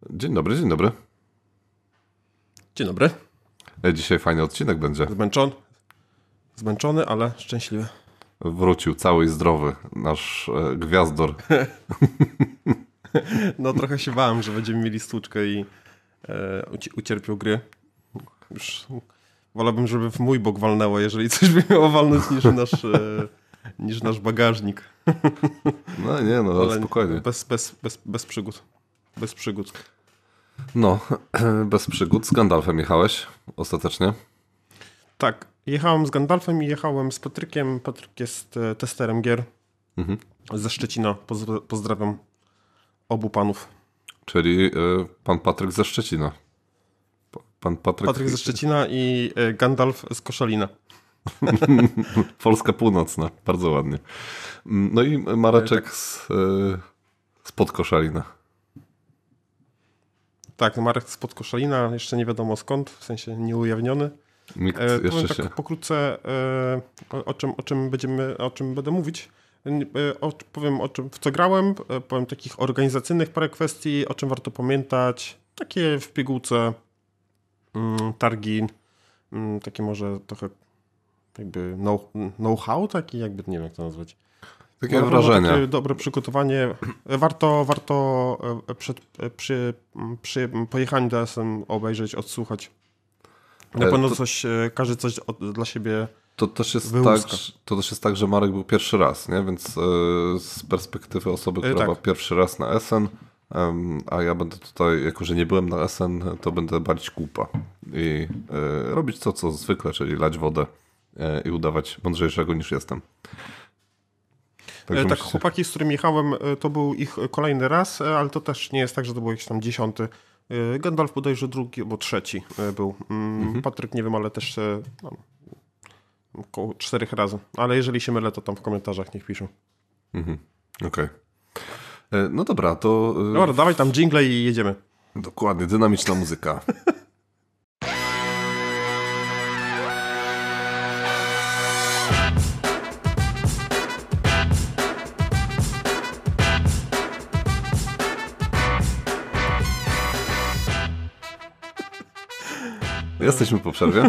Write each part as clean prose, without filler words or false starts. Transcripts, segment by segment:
Dzień dobry, dzień dobry. Dzień dobry. Dzisiaj fajny odcinek będzie. Zmęczony, ale szczęśliwy. Wrócił cały i zdrowy nasz gwiazdor. No trochę się bałem, że będziemy mieli stłuczkę i ucierpiał gry. Już wolałbym, żeby w mój bok walnęło, jeżeli coś by miało walnąć niż nasz bagażnik. No nie, no ale spokojnie. Bez przygód. Bez przygód. No, bez przygód. Z Gandalfem jechałeś ostatecznie? Tak, jechałem z Gandalfem i jechałem z Patrykiem. Patryk jest testerem gier ze Szczecina. Pozdrawiam obu panów. Czyli pan Patryk ze Szczecina. Patryk ze Szczecina i Gandalf z Koszalina. Polska Północna, bardzo ładnie. No i Mareczek tak. spod Koszalina. Tak, Marek spod Koszalina, jeszcze nie wiadomo skąd, w sensie nieujawniony. Nikt jeszcze powiem tak się... pokrótce, o czym będę mówić. Powiem o czym, w co grałem, powiem takich organizacyjnych parę kwestii, o czym warto pamiętać. Takie w pigułce targi, takie może trochę jakby know-how, taki jakby, nie wiem jak to nazwać. Takie wrażenie. Takie dobre przygotowanie. Warto przy pojechaniu do SM obejrzeć, odsłuchać. Na pewno każdy coś dla siebie To też jest tak, że Marek był pierwszy raz, nie? Więc z perspektywy osoby, która była pierwszy raz na SN, a ja będę tutaj, jako że nie byłem na SN, to będę balić kłupa i robić to, co zwykle, czyli lać wodę i udawać mądrzejszego niż jestem. Tak, chłopaki, z którymi jechałem, to był ich kolejny raz, ale to też nie jest tak, że to był jakiś tam 10. Gandalf bodajże drugi albo trzeci był. Patryk nie wiem, ale też około 4 razy. Ale jeżeli się mylę, to tam w komentarzach niech piszą. Okej. No dobra, to... Dobra, dawaj tam dżingle i jedziemy. Dokładnie, dynamiczna muzyka. Jesteśmy po przerwie.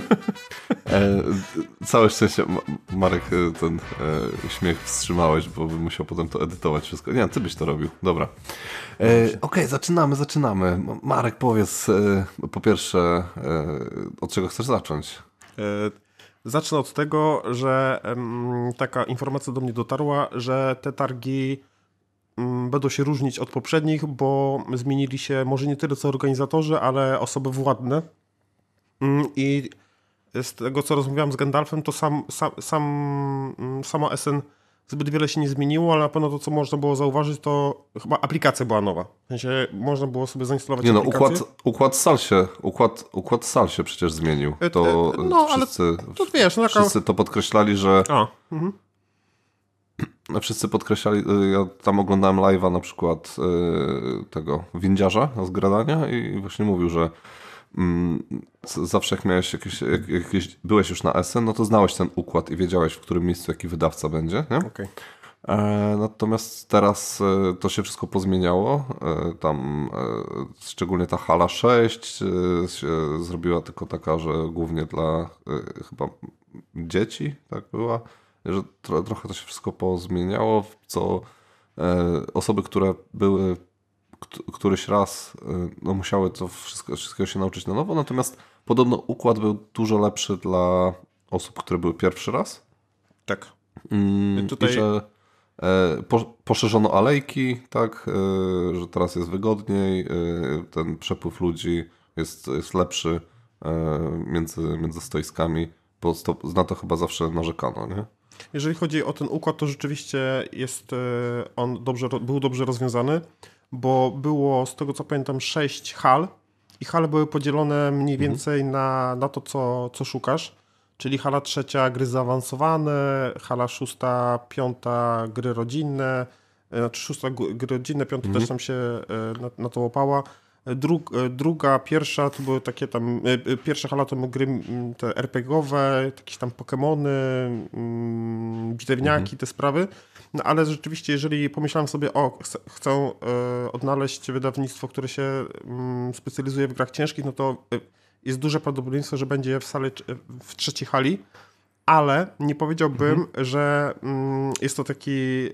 Całe szczęście, Marek, ten śmiech wstrzymałeś, bo bym musiał potem to edytować wszystko. Nie, ty byś to robił. Dobra. Okej, zaczynamy. Marek, powiedz po pierwsze, od czego chcesz zacząć? Zacznę od tego, że taka informacja do mnie dotarła, że te targi będą się różnić od poprzednich, bo zmienili się może nie tyle co organizatorzy, ale osoby władne. I z tego, co rozmawiałem z Gandalfem, to samo SN zbyt wiele się nie zmieniło, ale na pewno to, co można było zauważyć, to chyba aplikacja była nowa. W sensie można było sobie zainstalować aplikację. Układ sal się przecież zmienił. Wszyscy to podkreślali, że... Wszyscy podkreślali, ja tam oglądałem live'a na przykład tego windziarza z gradania i właśnie mówił, że zawsze jak miałeś jakieś byłeś już na SN, no to znałeś ten układ i wiedziałeś, w którym miejscu jaki wydawca będzie, nie? Okay. Natomiast teraz to się wszystko pozmieniało. Tam szczególnie ta hala 6 się zrobiła tylko taka, że głównie dla chyba dzieci, tak była, że trochę to się wszystko pozmieniało, co osoby, które były któryś raz musiały to wszystkiego się nauczyć na nowo, natomiast podobno układ był dużo lepszy dla osób, które były pierwszy raz. Tak. I że poszerzono alejki, tak, że teraz jest wygodniej, ten przepływ ludzi jest lepszy między stoiskami, bo na to chyba zawsze narzekano, nie? Jeżeli chodzi o ten układ, to rzeczywiście on był dobrze rozwiązany, bo było, z tego co pamiętam, 6 hal i hale były podzielone mniej więcej na to, co szukasz. Czyli hala 3 gry zaawansowane, hala 6, 5 gry rodzinne, znaczy 6 gry rodzinne, 5 też tam się na to łapała. Pierwsza to były takie tam, pierwsza hala to były gry te RPG-owe, jakieś tam Pokemony, bitewniaki, te sprawy. No ale rzeczywiście, jeżeli pomyślałem sobie, chcę odnaleźć wydawnictwo, które się specjalizuje w grach ciężkich, no to jest duże prawdopodobieństwo, że będzie w trzeciej hali, ale nie powiedziałbym, że jest to taki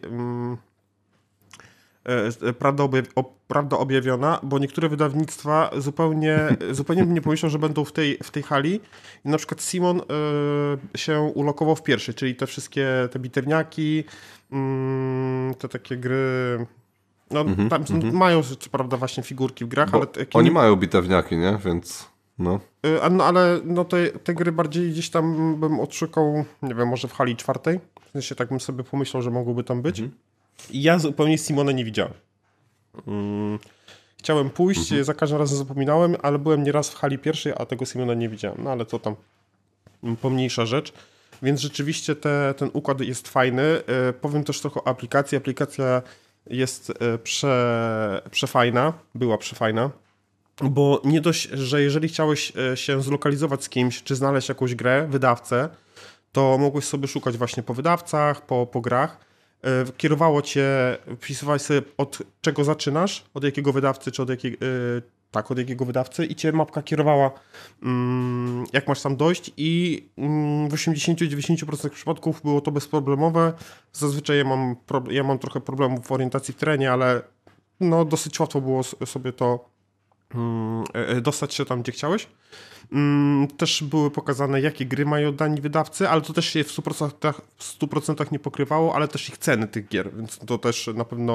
prawda objawiona, bo niektóre wydawnictwa zupełnie bym nie pomyślał, że będą w tej hali. I na przykład Simon się ulokował w pierwszej, czyli te wszystkie te bitewniaki, te takie gry. No, tam mają co prawda właśnie figurki w grach, ale oni mają bitewniaki, nie? Więc no. No ale no te gry bardziej gdzieś tam bym odszukał, nie wiem, może w hali czwartej. W sensie tak bym sobie pomyślał, że mogłyby tam być. I ja zupełnie Simona nie widziałem. Chciałem pójść, za każdym razem zapominałem, ale byłem nieraz w hali pierwszej, a tego Simona nie widziałem. No ale to tam pomniejsza rzecz. Więc rzeczywiście ten układ jest fajny. Powiem też trochę o aplikacji. Aplikacja jest przefajna, była przefajna. Bo nie dość, że jeżeli chciałeś się zlokalizować z kimś, czy znaleźć jakąś grę, wydawcę, to mogłeś sobie szukać właśnie po wydawcach, po grach. Kierowało cię, wpisywałeś sobie od czego zaczynasz, od jakiego wydawcy, czy od jakiego wydawcy i cię mapka kierowała, jak masz tam dojść i w 80-90% przypadków było to bezproblemowe. Zazwyczaj ja mam trochę problemów w orientacji w terenie, ale no dosyć łatwo było sobie to dostać się tam, gdzie chciałeś. Też były pokazane, jakie gry mają dani wydawcy, ale to też się w 100% nie pokrywało, ale też ich ceny tych gier, więc to też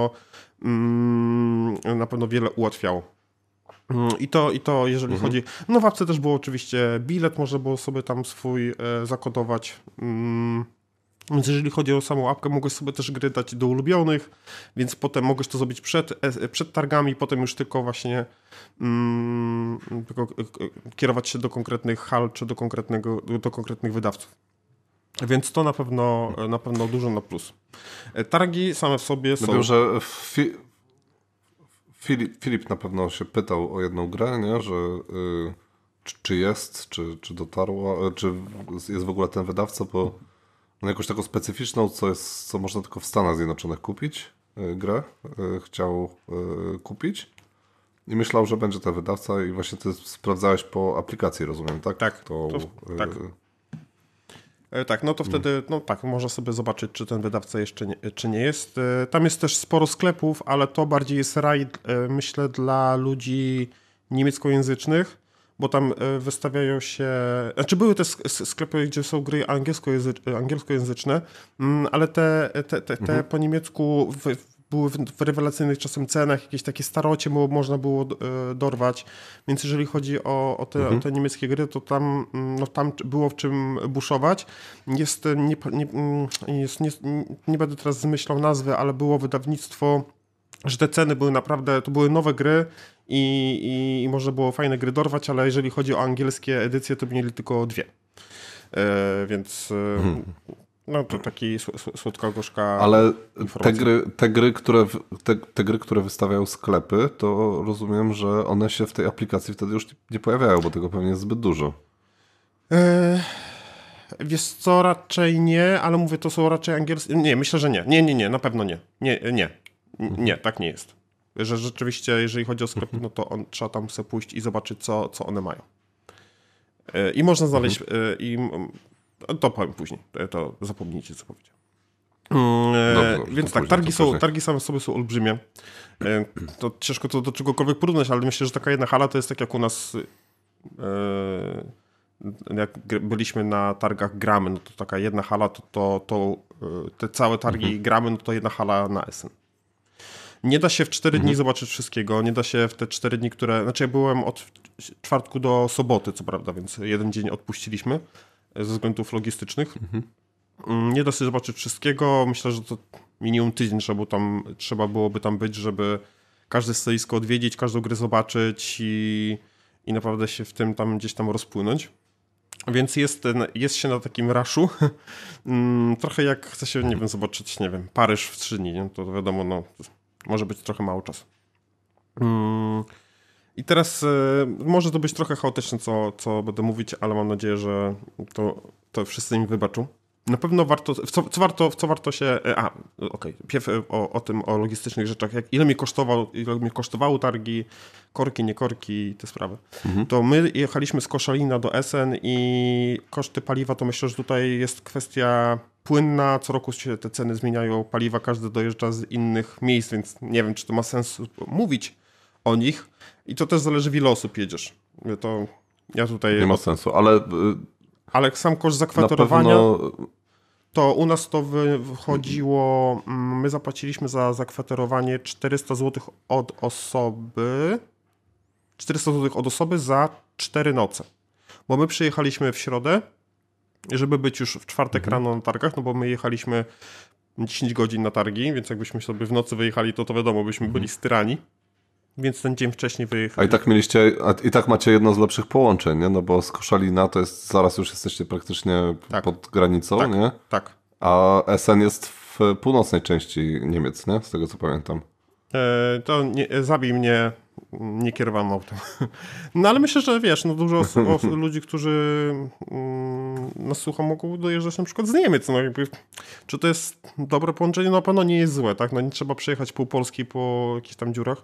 na pewno wiele ułatwiało. I to jeżeli chodzi... No w apce też było oczywiście bilet, można było sobie tam swój zakodować. Więc jeżeli chodzi o samą apkę, mogłeś sobie też gry dać do ulubionych, więc potem mogłeś to zrobić przed targami, potem już tylko właśnie tylko kierować się do konkretnych hal, czy do konkretnych wydawców. Więc to na pewno dużo na plus. Targi same w sobie są... Wiem, że Filip na pewno się pytał o jedną grę, nie? Że czy jest, czy dotarła, czy jest w ogóle ten wydawca, bo on jakąś taką specyficzną, co można tylko w Stanach Zjednoczonych kupić, grę chciał kupić i myślał, że będzie ten wydawca i właśnie ty sprawdzałeś po aplikacji, rozumiem, tak? Tak, tak. Tak, no to wtedy, no tak, można sobie zobaczyć, czy ten wydawca jeszcze czy nie jest. Tam jest też sporo sklepów, ale to bardziej jest raj, myślę, dla ludzi niemieckojęzycznych, bo tam wystawiają się... Znaczy były te sklepy, gdzie są gry angielskojęzyczne, ale te po niemiecku były w rewelacyjnych czasem cenach, jakieś takie starocie można było dorwać, więc jeżeli chodzi o te niemieckie gry, to tam było w czym buszować. Nie będę teraz zmyślał nazwy, ale było wydawnictwo, że te ceny były naprawdę, to były nowe gry i można było fajne gry dorwać, ale jeżeli chodzi o angielskie edycje, to mieli tylko 2. Więc... No to taki słodka-gorzka ale informacja. te gry, które wystawiają sklepy, to rozumiem, że one się w tej aplikacji wtedy już nie pojawiają, bo tego pewnie jest zbyt dużo. Wiesz co, raczej nie, ale mówię, to są raczej angielskie... Nie, myślę, że nie. Nie, na pewno nie. Nie, tak nie jest. Że rzeczywiście, jeżeli chodzi o sklepy, no to trzeba tam sobie pójść i zobaczyć, co one mają. I można znaleźć... To powiem później, to zapomnijcie, co powiedziałem. Więc tak, targi same sobie są olbrzymie. To ciężko to do czegokolwiek porównać, ale myślę, że taka jedna hala to jest tak jak u nas, jak byliśmy na targach Gramy, no to taka jedna hala, to te całe targi Gramy, no to jedna hala na Essen. Nie da się w 4 dni zobaczyć wszystkiego, nie da się w te 4 dni, Znaczy ja byłem od czwartku do soboty, co prawda, więc jeden dzień odpuściliśmy ze względów logistycznych. Nie da się zobaczyć wszystkiego. Myślę, że to minimum tydzień trzeba byłoby tam być, żeby każde stoisko odwiedzić, każdą grę zobaczyć i naprawdę się w tym tam gdzieś tam rozpłynąć. Więc jest się na takim raszu. Trochę jak chce się, nie wiem, zobaczyć, nie wiem, Paryż w 3 dni, nie? To wiadomo, no, może być trochę mało czasu. I teraz może to być trochę chaotyczne, co będę mówić, ale mam nadzieję, że to wszyscy mi wybaczą. Na pewno warto, w co warto się... Pierw o logistycznych rzeczach. Ile mi kosztowały targi, korki, nie korki, te sprawy. To my jechaliśmy z Koszalina do Essen i koszty paliwa to myślę, że tutaj jest kwestia płynna. Co roku się te ceny zmieniają paliwa, każdy dojeżdża z innych miejsc, więc nie wiem, czy to ma sens mówić o nich. I to też zależy, w ile osób jedziesz. Ja tutaj... Nie ma sensu, ale... Ale sam koszt zakwaterowania... Pewno... To u nas to wychodziło, my zapłaciliśmy za zakwaterowanie 400 zł od osoby, 400 zł od osoby za 4 noce. Bo my przyjechaliśmy w środę, żeby być już w czwartek rano na targach, no bo my jechaliśmy 10 godzin na targi, więc jakbyśmy sobie w nocy wyjechali, to wiadomo, byśmy byli styrani. Więc ten dzień wcześniej wyjechali. I tak macie jedno z lepszych połączeń, nie? No bo z Koszalina to jest, zaraz już jesteście praktycznie pod granicą, nie? Tak. A Essen jest w północnej części Niemiec, nie? Z tego co pamiętam. Zabij mnie, nie kierowałem autem. No ale myślę, że wiesz, no dużo ludzi, którzy nas słuchają, mogą dojeżdżać na przykład z Niemiec. No jakby, czy to jest dobre połączenie? No na pewno nie jest złe, tak? No nie trzeba przejechać pół Polski po jakichś tam dziurach.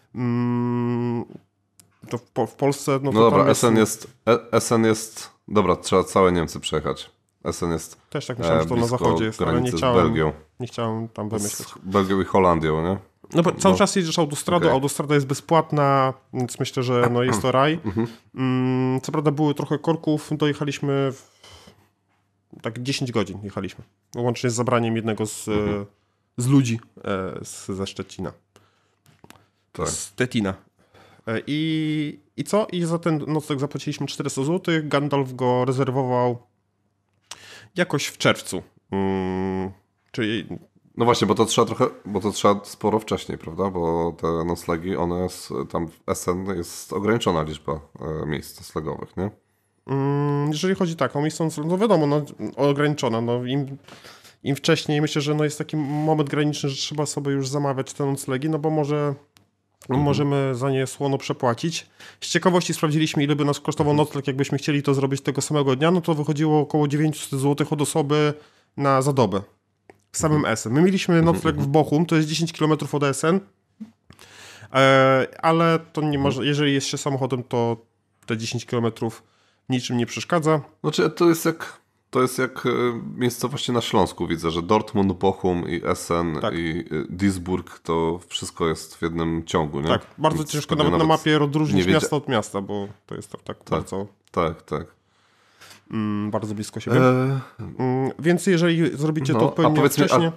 To w Polsce... No dobra, Essen jest... Dobra, trzeba całe Niemcy przejechać. Essen jest też tak myślałem, że to na zachodzie jest, ale nie chciałem tam wymyśleć. Z Belgią i Holandią, nie? No bo cały czas jedziesz autostradą, okay. Autostrada jest bezpłatna, więc myślę, że no jest to raj. Co prawda były trochę korków, dojechaliśmy tak 10 godzin jechaliśmy. Łącznie z zabraniem jednego z ludzi ze Szczecina. Tak. Z Tettina. I co? I za ten nocleg zapłaciliśmy 400 zł. Gandalf go rezerwował jakoś w czerwcu. Czyli... No właśnie, bo to trzeba sporo wcześniej, prawda? Bo te noclegi, tam w Essen jest ograniczona liczba miejsc noclegowych, nie? Jeżeli chodzi o miejsce noclegowe, no wiadomo, no, ograniczona. No, im wcześniej, myślę, że no jest taki moment graniczny, że trzeba sobie już zamawiać te noclegi, no bo możemy za nie słono przepłacić. Z ciekawości sprawdziliśmy, ile by nas kosztował nocleg, jakbyśmy chcieli to zrobić tego samego dnia, no to wychodziło około 900 zł od osoby za dobę. W samym Essen. My mieliśmy nocleg w Bochum, to jest 10 km od Essen, ale to nie może, jeżeli jest się samochodem, to te 10 km niczym nie przeszkadza. Znaczy to jest jak miejscowości na Śląsku, widzę, że Dortmund, Bochum i Essen i Duisburg to wszystko jest w jednym ciągu, nie? Tak, bardzo ciężko nawet na mapie odróżnić miasto od miasta, bo to jest bardzo... Tak. Bardzo blisko siebie. Więc jeżeli zrobicie to odpowiednio wcześnie...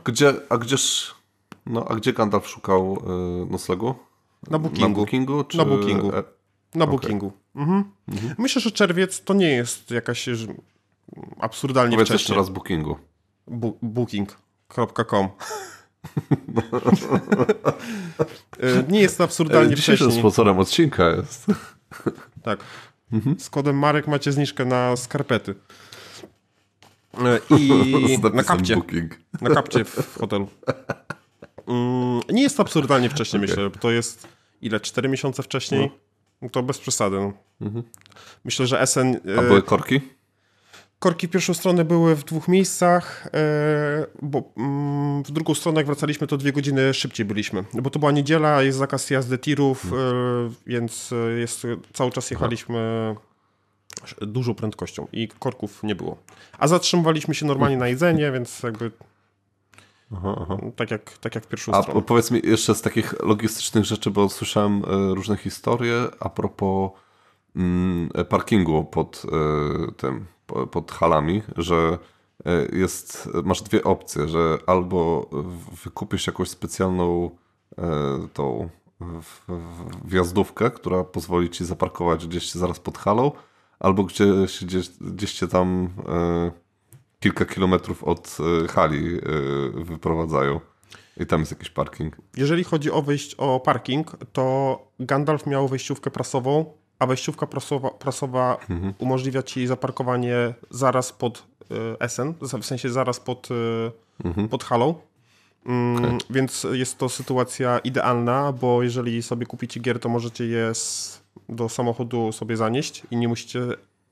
A gdzie Gandalf szukał noclegu? Na Bookingu. Czy... Na Bookingu. Na Bookingu. Myślę, że czerwiec to nie jest jakaś absurdalnie Powiedz wcześnie. jeszcze raz Bookingu. Booking.com Nie jest to absurdalnie wcześnie. Dzisiejszym sponsorem odcinka jest. Tak. Z kodem Marek macie zniżkę na skarpety. I na kapcie. Booking. Na kapcie w hotelu. Nie jest to absurdalnie wcześnie, myślę. To jest 4 miesiące wcześniej? To bez przesady. Myślę, że Essen... A były korki? Korki w pierwszą stronę były w 2 miejscach, bo w drugą stronę jak wracaliśmy, to 2 godziny szybciej byliśmy. Bo to była niedziela, jest zakaz jazdy tirów, więc cały czas jechaliśmy dużą prędkością i korków nie było. A zatrzymywaliśmy się normalnie na jedzenie, więc jakby tak jak w pierwszą stronę. A powiedz mi jeszcze z takich logistycznych rzeczy, bo słyszałem różne historie a propos parkingu pod halami, że masz 2 opcje, że albo wykupisz jakąś specjalną tą wjazdówkę, która pozwoli ci zaparkować gdzieś zaraz pod halą, albo gdzieś cię tam kilka kilometrów od hali wyprowadzają i tam jest jakiś parking. Jeżeli chodzi o parking, to Gandalf miał wejściówkę prasową, a wejściówka prasowa umożliwia ci zaparkowanie zaraz pod Essen, w sensie zaraz pod halą. Okay. Więc jest to sytuacja idealna, bo jeżeli sobie kupicie gier, to możecie je do samochodu sobie zanieść i nie musicie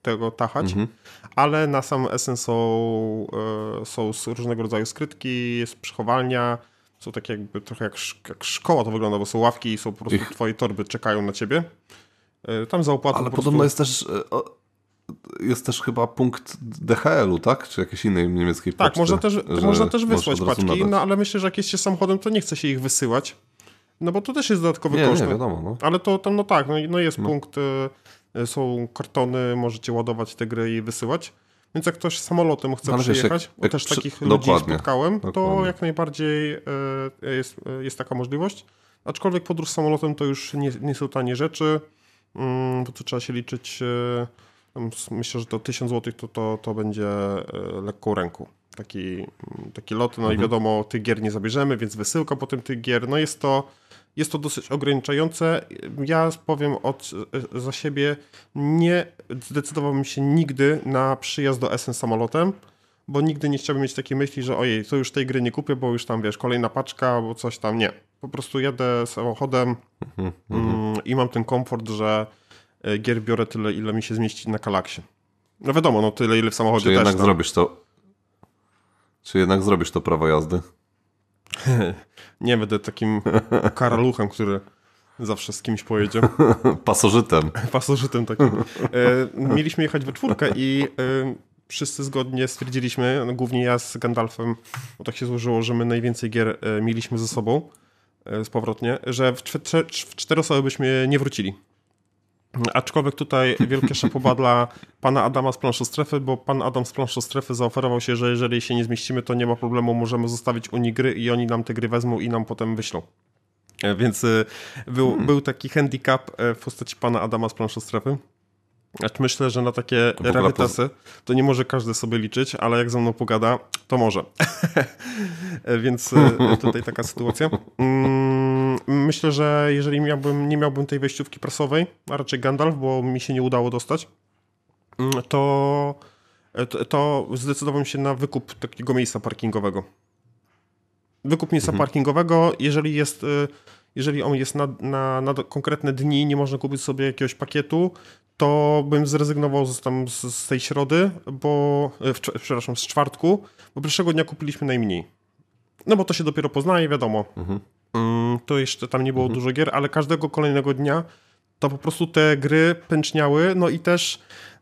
tego tachać, ale na sam Essen są różnego rodzaju skrytki, jest przechowalnia, są takie jakby trochę jak szkoła to wygląda, bo są ławki i są po prostu twoje torby czekają na ciebie. Tam za opłatą ale po podobno prostu... jest też chyba punkt DHL-u, tak? Czy jakiejś innej niemieckiej Tak, poczty, można też wysłać paczki, nadać. no ale myślę, że jak jest się samochodem, to nie chce się ich wysyłać. No bo to też jest dodatkowy koszt. Nie, wiadomo. No. Ale to tam, no jest punkt, są kartony, możecie ładować te gry i wysyłać. Więc jak ktoś samolotem chce przyjechać, bo też takich ludzi spotkałem, to jak najbardziej jest taka możliwość. Aczkolwiek podróż samolotem to już nie są tanie rzeczy, bo tu trzeba się liczyć, myślę, że to 1000 zł to będzie lekką ręką. Taki lot, no i wiadomo, tych gier nie zabierzemy, więc wysyłka potem tych gier, no jest to dosyć ograniczające. Ja powiem za siebie, nie zdecydowałbym się nigdy na przyjazd do Essen samolotem, bo nigdy nie chciałbym mieć takiej myśli, że ojej, to już tej gry nie kupię, bo już tam, wiesz, kolejna paczka albo coś tam, nie. Po prostu jadę samochodem i mam ten komfort, że gier biorę tyle, ile mi się zmieści na Kalaksie. No wiadomo, no tyle, ile w samochodzie Czy też. jednak zrobisz to prawo jazdy? Nie będę takim karaluchem, który zawsze z kimś pojedzie. Pasożytem. Pasożytem takim. Mieliśmy jechać we czwórkę i wszyscy zgodnie stwierdziliśmy, no, głównie ja z Gandalfem, bo tak się złożyło, że my najwięcej gier mieliśmy ze sobą powrotnie, że w 4 osoby byśmy nie wrócili. Aczkolwiek tutaj wielkie szapoba dla pana Adama z Planszu Strefy, bo pan Adam z Planszu Strefy zaoferował się, że jeżeli się nie zmieścimy, to nie ma problemu, możemy zostawić u nich gry i oni nam te gry wezmą i nam potem wyślą. Więc był taki handicap w postaci pana Adama z Planszu Strefy. Myślę, że na takie rarytasy to nie może każdy sobie liczyć, ale jak ze mną pogada, to może. Więc tutaj taka sytuacja. Myślę, że jeżeli nie miałbym tej wejściówki prasowej, a raczej Gandalf, bo mi się nie udało dostać, to zdecydowałem się na wykup takiego miejsca parkingowego. Wykup miejsca parkingowego, jeżeli on jest na konkretne dni, nie można kupić sobie jakiegoś pakietu, to bym zrezygnował z tej środy, z czwartku, bo pierwszego dnia kupiliśmy najmniej. No bo to się dopiero poznaje, wiadomo. To jeszcze tam nie było dużo gier, ale każdego kolejnego dnia to po prostu te gry pęczniały, no i też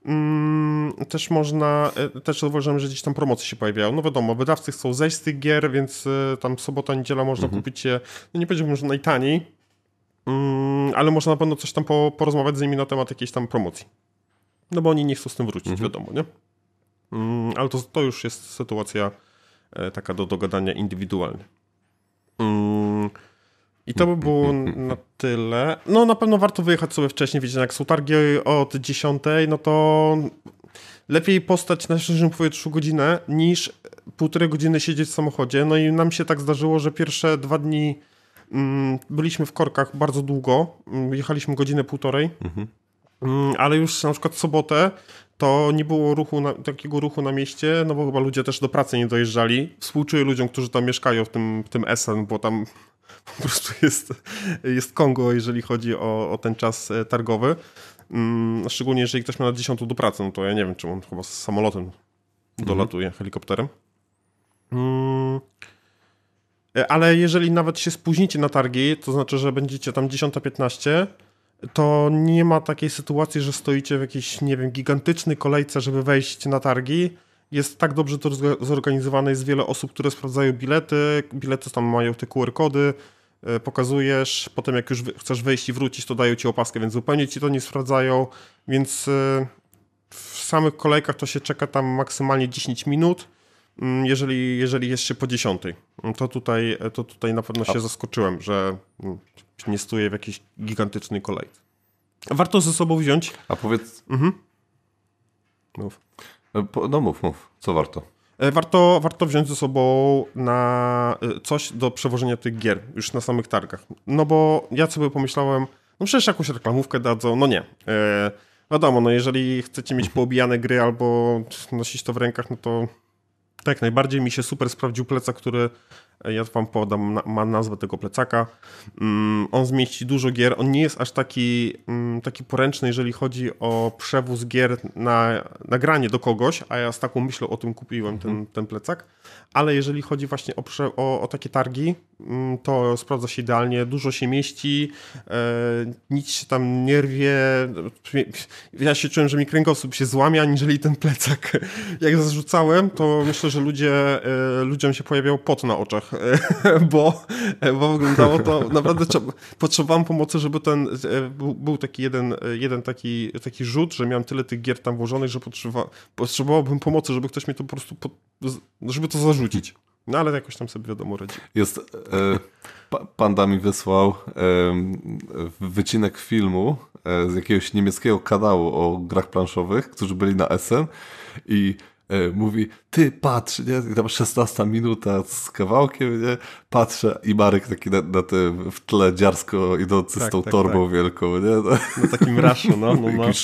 zauważyłem, że gdzieś tam promocje się pojawiają. No wiadomo, wydawcy chcą zejść z tych gier, więc tam sobota, niedziela można kupić je, no nie powiedziałbym, że najtaniej, ale można na pewno coś tam porozmawiać z nimi na temat jakiejś tam promocji. No bo oni nie chcą z tym wrócić, wiadomo, nie? Ale to już jest sytuacja taka do dogadania indywidualnie. I to by było na tyle. No na pewno warto wyjechać sobie wcześniej, wiecie, jak są targi od 10, no to lepiej postać na szczerym powietrzu godzinę, niż 1,5 godziny siedzieć w samochodzie. No i nam się tak zdarzyło, że pierwsze 2 dni byliśmy w korkach bardzo długo, jechaliśmy godzinę 1,5, ale już na przykład w sobotę to nie było takiego ruchu na mieście, no bo chyba ludzie też do pracy nie dojeżdżali. Współczuję ludziom, którzy tam mieszkają w tym Essen, bo tam po prostu jest Kongo, jeżeli chodzi o ten czas targowy. Szczególnie jeżeli ktoś ma na 10 do pracy, no to ja nie wiem, czy on chyba z samolotem dolatuje, helikopterem. Ale jeżeli nawet się spóźnicie na targi, to znaczy, że będziecie tam 10:15, to nie ma takiej sytuacji, że stoicie w jakiejś, nie wiem, gigantycznej kolejce, żeby wejść na targi. Jest tak dobrze to zorganizowane, jest wiele osób, które sprawdzają bilety. Bilety tam mają te QR-kody, pokazujesz, potem jak już chcesz wejść i wrócić, to dają ci opaskę, więc zupełnie ci to nie sprawdzają, więc w samych kolejkach to się czeka tam maksymalnie 10 minut, jeżeli jest się po 10. To tutaj na pewno się zaskoczyłem, że nie stoję w jakiejś gigantycznej kolejce. Warto ze sobą wziąć. A powiedz... Mów. No mów. Co warto? Warto wziąć ze sobą na coś do przewożenia tych gier już na samych targach. No bo ja sobie pomyślałem, no przecież jakąś reklamówkę dadzą, no nie. Wiadomo, no jeżeli chcecie mieć poobijane gry albo nosić to w rękach, no to tak najbardziej mi się super sprawdził plecak, który Ja wam podam ma nazwę tego plecaka. On zmieści dużo gier. On nie jest aż taki poręczny, jeżeli chodzi o przewóz gier na nagranie do kogoś, a ja z taką myślą o tym kupiłem ten plecak. Ale jeżeli chodzi właśnie o takie targi, to sprawdza się idealnie. Dużo się mieści, nic się tam nie rwie. Ja się czułem, że mi kręgosłup się złamie, aniżeli ten plecak. Jak zarzucałem, to myślę, że ludziom się pojawiał pot na oczach, bo wyglądało to naprawdę, potrzebowałem pomocy, żeby był taki jeden taki rzut, że miałem tyle tych gier tam włożonych, że potrzebowałbym pomocy, żeby ktoś mnie to po prostu, żeby to zarzucić. No ale jakoś tam sobie wiadomo radzi. Panda mi wysłał wycinek filmu z jakiegoś niemieckiego kanału o grach planszowych, którzy byli na SN i mówi, ty patrz, nie? I tam 16 minuta z kawałkiem, nie? Patrzę i Marek taki na tym w tle dziarsko idący z tą torbą wielką, nie? Na takim raszu, no. Jakimś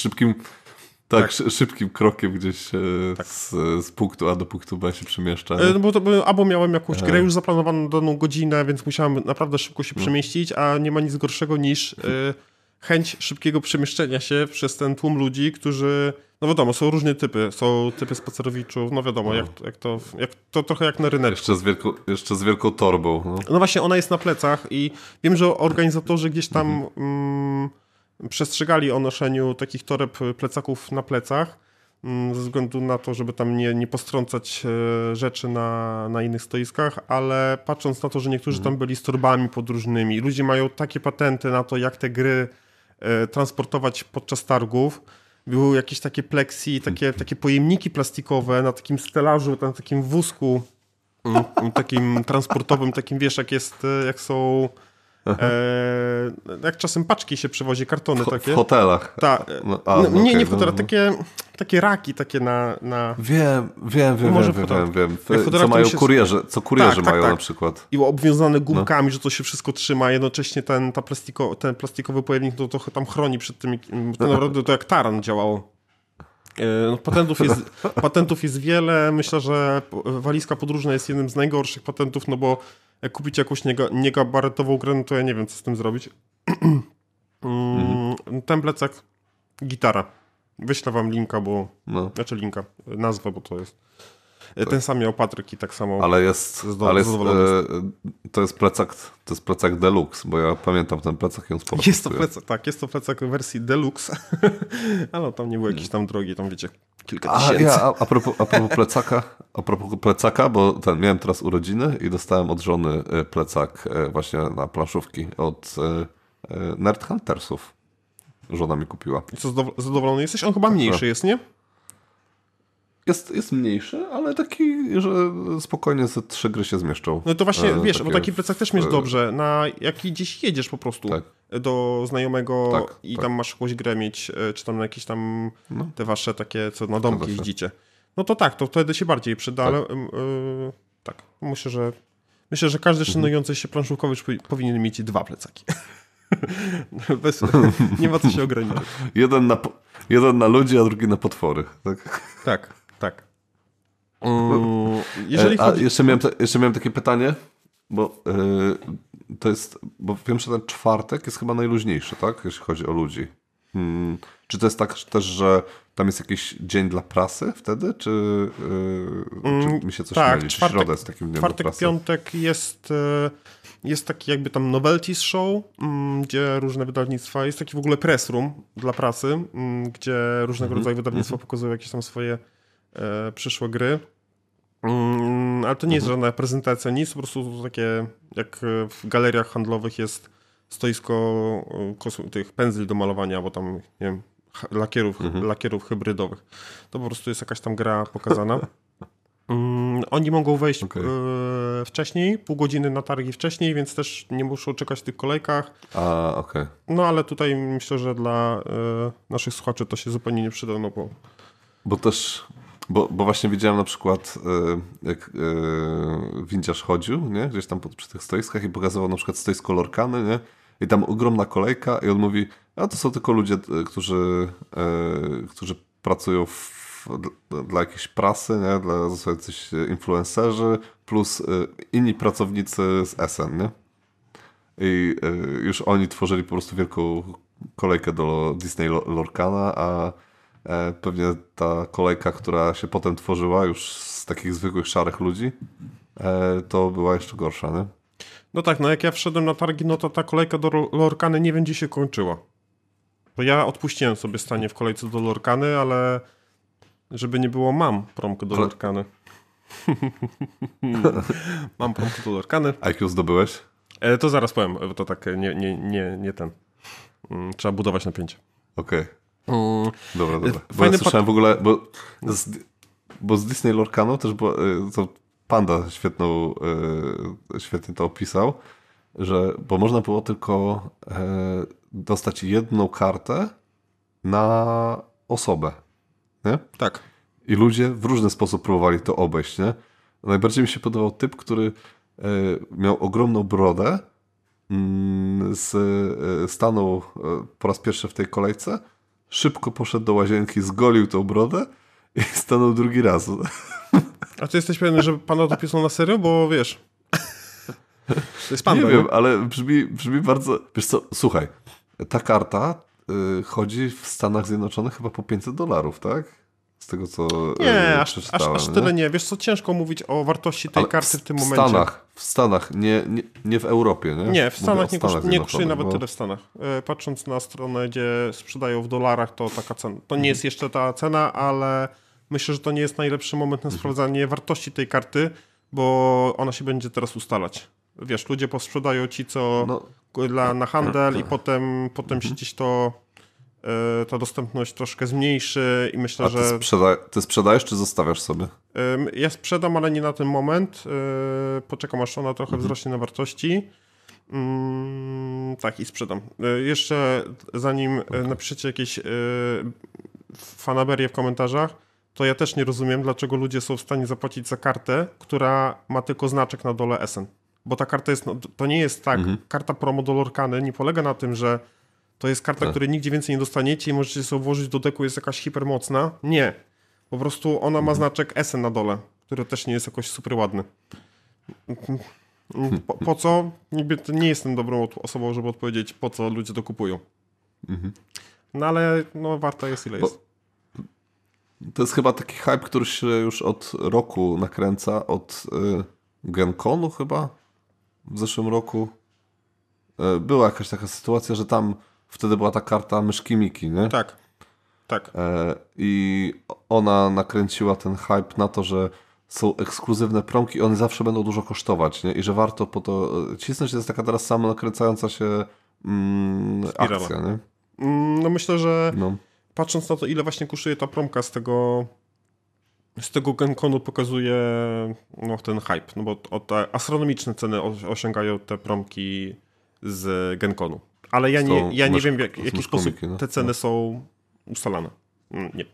szybkim krokiem gdzieś z punktu A do punktu B się przemieszcza. No bo albo miałem jakąś grę już zaplanowaną na daną godzinę, więc musiałem naprawdę szybko się przemieścić, a nie ma nic gorszego niż chęć szybkiego przemieszczenia się przez ten tłum ludzi, którzy, no wiadomo, są różne typy. Są typy spacerowiczów, no wiadomo, jak to trochę jak na ryneczku. Jeszcze z wielką torbą. No właśnie, ona jest na plecach i wiem, że organizatorzy gdzieś tam przestrzegali o noszeniu takich toreb plecaków na plecach, ze względu na to, żeby tam nie postrącać rzeczy na innych stoiskach, ale patrząc na to, że niektórzy tam byli z torbami podróżnymi, ludzie mają takie patenty na to, jak te gry transportować podczas targów. Były jakieś takie plexi, takie pojemniki plastikowe na takim stelażu, na takim wózku takim transportowym, takim wiesz, jak są jak czasem paczki się przewozi, kartony takie. W hotelach. Nie w hotelach, takie raki takie na... Wiem. Co mają kurierzy, mają na przykład. I obwiązane gumkami, że to się wszystko trzyma, jednocześnie ten plastikowy pojemnik to tam chroni przed tymi... To naprawdę to jak taran działało. Patentów jest wiele. Myślę, że walizka podróżna jest jednym z najgorszych patentów, no bo jak kupić jakąś niegabarytową grę, no to ja nie wiem, co z tym zrobić. Ten plecak, gitara. Wyślę wam linka, nazwę, bo to jest ten sam miał Patryk i tak samo. To jest plecak deluxe, bo ja pamiętam ten plecak i on sporo jest to plecak w wersji deluxe, ale tam nie było jakieś tam drogi, tam wiecie, kilka tysięcy. A propos plecaka, bo miałem teraz urodziny i dostałem od żony plecak właśnie na planszówki od Nerd Huntersów. Żona mi kupiła. I co, zadowolony jesteś? On chyba mniejszy jest, nie? Jest mniejszy, ale taki, że spokojnie ze 3 gry się zmieszczą. No to właśnie, wiesz, bo taki plecak też mieć dobrze, jak gdzieś jedziesz po prostu do znajomego i tam masz jakąś grę mieć, czy tam na jakieś tam te wasze takie, co na domki jeździcie. No to to wtedy się bardziej przyda, ale myślę, że każdy szanujący się planszówkowy powinien mieć 2 plecaki. Nie ma co się ograniczać. Jeden na ludzi, a drugi na potwory. Tak. Jeszcze miałem takie pytanie, bo bo wiem, że ten czwartek jest chyba najluźniejszy, tak? Jeśli chodzi o ludzi. Czy to jest tak też, że tam jest jakiś dzień dla prasy wtedy? Czy mi się coś myli? Czy środa jest takim dniem dla prasy? Piątek jest taki jakby tam novelties show, gdzie różne wydawnictwa, jest taki w ogóle press room dla prasy, gdzie różnego rodzaju wydawnictwa pokazują jakieś tam swoje przyszłe gry. Ale to nie jest żadna prezentacja, nic, po prostu to takie, jak w galeriach handlowych jest stoisko tych pędzli do malowania, bo tam, nie wiem, lakierów hybrydowych. To po prostu jest jakaś tam gra pokazana. Oni mogą wejść wcześniej, pół godziny na targi wcześniej, więc też nie muszą czekać w tych kolejkach. Okej. No ale tutaj myślę, że dla naszych słuchaczy to się zupełnie nie przyda, no bo właśnie widziałem na przykład, jak Windziarz chodził, nie? Gdzieś tam przy tych stoiskach i pokazywał na przykład stoisko Lorkany, nie? I tam ogromna kolejka i on mówi, a to są tylko ludzie, którzy pracują w dla jakiejś prasy, nie? Dla jacyś influencerzy, plus inni pracownicy z SN, nie? I już oni tworzyli po prostu wielką kolejkę do Disney Lorcana, a pewnie ta kolejka, która się potem tworzyła już z takich zwykłych szarych ludzi, to była jeszcze gorsza, nie? No tak, no jak ja wszedłem na targi, no to ta kolejka do Lorcany nie wiem, gdzie się kończyła. Bo ja odpuściłem sobie stanie w kolejce do Lorcany, ale żeby nie było, mam promkę do Lorcany. Mam promkę do Lorcany. IQ zdobyłeś? To zaraz powiem, bo to tak nie ten. Trzeba budować napięcie. Okej. Dobra. Bo Fajny ja słyszałem w ogóle, bo z Disney Lorcaną też było, to Panda świetnie to opisał, bo można było tylko dostać jedną kartę na osobę, nie? Tak. I ludzie w różny sposób próbowali to obejść, nie? Najbardziej mi się podobał typ, który miał ogromną brodę, stanął po raz pierwszy w tej kolejce, szybko poszedł do łazienki, zgolił tą brodę i stanął drugi raz. A ty jesteś pewien, że Panda to pisał na serio? Bo wiesz... To jest Panda, nie wiem, ale brzmi bardzo... Wiesz co, słuchaj, ta karta chodzi w Stanach Zjednoczonych chyba po $500, tak? Z tego, co przeczytałem. Aż tyle nie. Wiesz co, ciężko mówić o wartości tej karty w tym momencie. W Stanach, nie w Europie, nie? Nie, w Stanach nie kosztuje nawet tyle w Stanach. Patrząc na stronę, gdzie sprzedają w dolarach, to taka cena. To nie jest jeszcze ta cena, ale myślę, że to nie jest najlepszy moment na sprawdzanie wartości tej karty, bo ona się będzie teraz ustalać. Wiesz, ludzie posprzedają ci, co na handel i potem się gdzieś ta dostępność troszkę zmniejszy i myślę, że... Ty sprzedajesz, czy zostawiasz sobie? Ja sprzedam, ale nie na ten moment. Poczekam, aż ona trochę wzrośnie na wartości. Tak, i sprzedam. Jeszcze zanim napiszecie jakieś fanaberię w komentarzach, to ja też nie rozumiem, dlaczego ludzie są w stanie zapłacić za kartę, która ma tylko znaczek na dole SN. Bo ta karta jest, to nie jest tak, karta promo do Lorcany nie polega na tym, że to jest karta, której nigdzie więcej nie dostaniecie i możecie sobie włożyć do deku, jest jakaś hipermocna. Nie. Po prostu ona ma znaczek SN na dole, który też nie jest jakoś super ładny. Po co? Niby nie jestem dobrą osobą, żeby odpowiedzieć, po co ludzie to kupują. No ale warto jest ile jest. To jest chyba taki hype, który się już od roku nakręca, od GenConu chyba w zeszłym roku. Była jakaś taka sytuacja, że tam wtedy była ta karta myszki Miki, nie? Tak. I ona nakręciła ten hype na to, że są ekskluzywne promki i one zawsze będą dużo kosztować, nie? I że warto po to cisnąć. To jest taka teraz sama nakręcająca się akcja, nie? No myślę, że patrząc na to, ile właśnie kosztuje ta promka z tego GenConu pokazuje ten hype, no bo te astronomiczne ceny osiągają te promki z GenConu. Ale ja nie wiem, w jaki sposób te ceny są ustalane. Nie.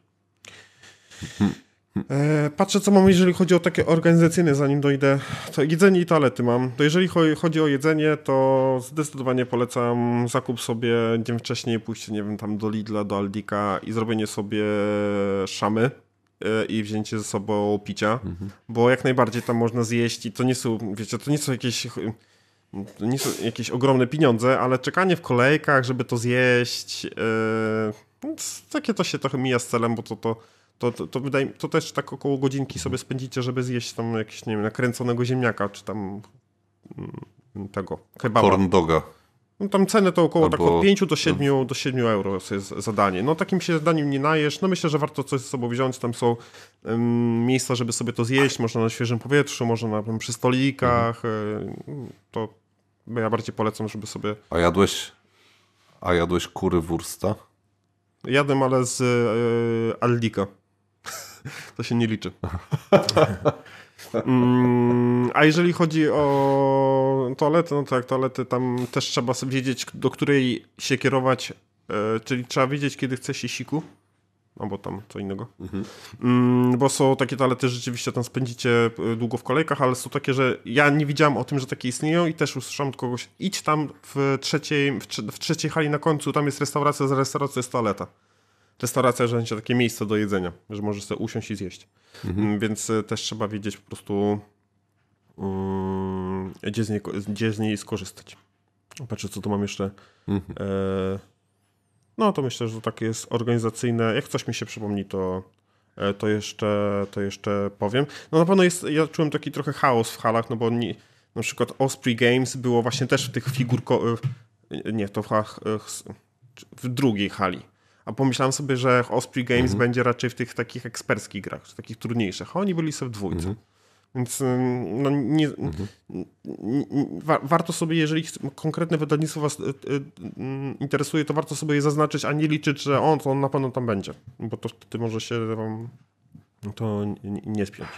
Patrzę, co mam, jeżeli chodzi o takie organizacyjne, zanim dojdę. To jedzenie i toalety mam. To jeżeli chodzi o jedzenie, to zdecydowanie polecam zakup sobie dzień wcześniej, pójście, nie wiem, tam do Lidla, do Aldika i zrobienie sobie szamy i wzięcie ze sobą picia, bo jak najbardziej tam można zjeść i to nie są, wiecie, to nie są jakieś ogromne pieniądze, ale czekanie w kolejkach, żeby to zjeść, takie to się trochę mija z celem, bo to wydaje mi, to też tak około godzinki sobie spędzicie, żeby zjeść tam jakiegoś, nie wiem, nakręconego ziemniaka, czy tam tego kebaba. Corn doga. No tam ceny to około tak od 5 do 7 euro jest za danie. No takim się daniem nie najesz. No myślę, że warto coś ze sobą wziąć. Tam są miejsca, żeby sobie to zjeść. Można na świeżym powietrzu, można przy stolikach. To ja bardziej polecam, żeby sobie... A jadłeś currywursta? Jadłem, ale z Aldika. To się nie liczy. A jeżeli chodzi o toalety, no tak, toalety tam też trzeba sobie wiedzieć, do której się kierować, czyli trzeba wiedzieć, kiedy chce się siku, albo tam co innego. Bo są takie toalety, rzeczywiście tam spędzicie długo w kolejkach, ale są takie, że ja nie wiedziałem o tym, że takie istnieją i też usłyszałem od kogoś, idź tam w trzeciej hali na końcu, tam jest restauracja, za restauracją jest toaleta. restauracja, że będzie takie miejsce do jedzenia, że możesz sobie usiąść i zjeść. Więc też trzeba wiedzieć po prostu gdzie z niej skorzystać. Patrzę, co tu mam jeszcze. No to myślę, że takie jest organizacyjne. Jak coś mi się przypomni, to jeszcze powiem. No na pewno ja czułem taki trochę chaos w halach, no bo na przykład Osprey Games było właśnie też w tych nie, to w drugiej hali. A pomyślałem sobie, że Osprey Games będzie raczej w tych takich eksperckich grach, w takich trudniejszych. A oni byli sobie w dwójce. Więc no, warto sobie, jeżeli konkretne wydawnictwo was interesuje, to warto sobie je zaznaczyć, a nie liczyć, że to on na pewno tam będzie. Bo to wtedy może się wam to nie spiąć.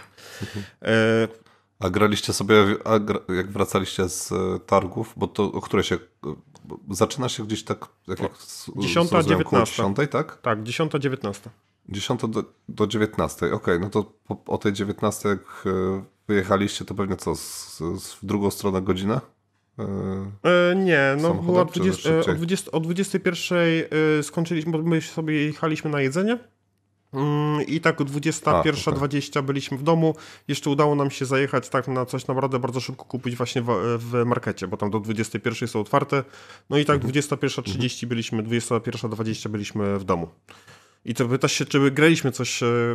A graliście sobie, jak wracaliście z targów, bo to o które się... Zaczyna się gdzieś tak... Jak 10-19. 10, tak? Tak, 10-19. 10 do 19. Okej, no to o tej 19 jak wyjechaliście, to pewnie co, w drugą stronę godzinę? Nie, no była o 21 skończyliśmy, bo my sobie jechaliśmy na jedzenie. I tak o 21:20 byliśmy w domu. Jeszcze udało nam się zajechać tak na coś naprawdę bardzo szybko kupić właśnie w markecie, bo tam do 21 są otwarte. No i tak 21:30 byliśmy, 21:20 byliśmy w domu. I to pytasz się, czy graliśmy coś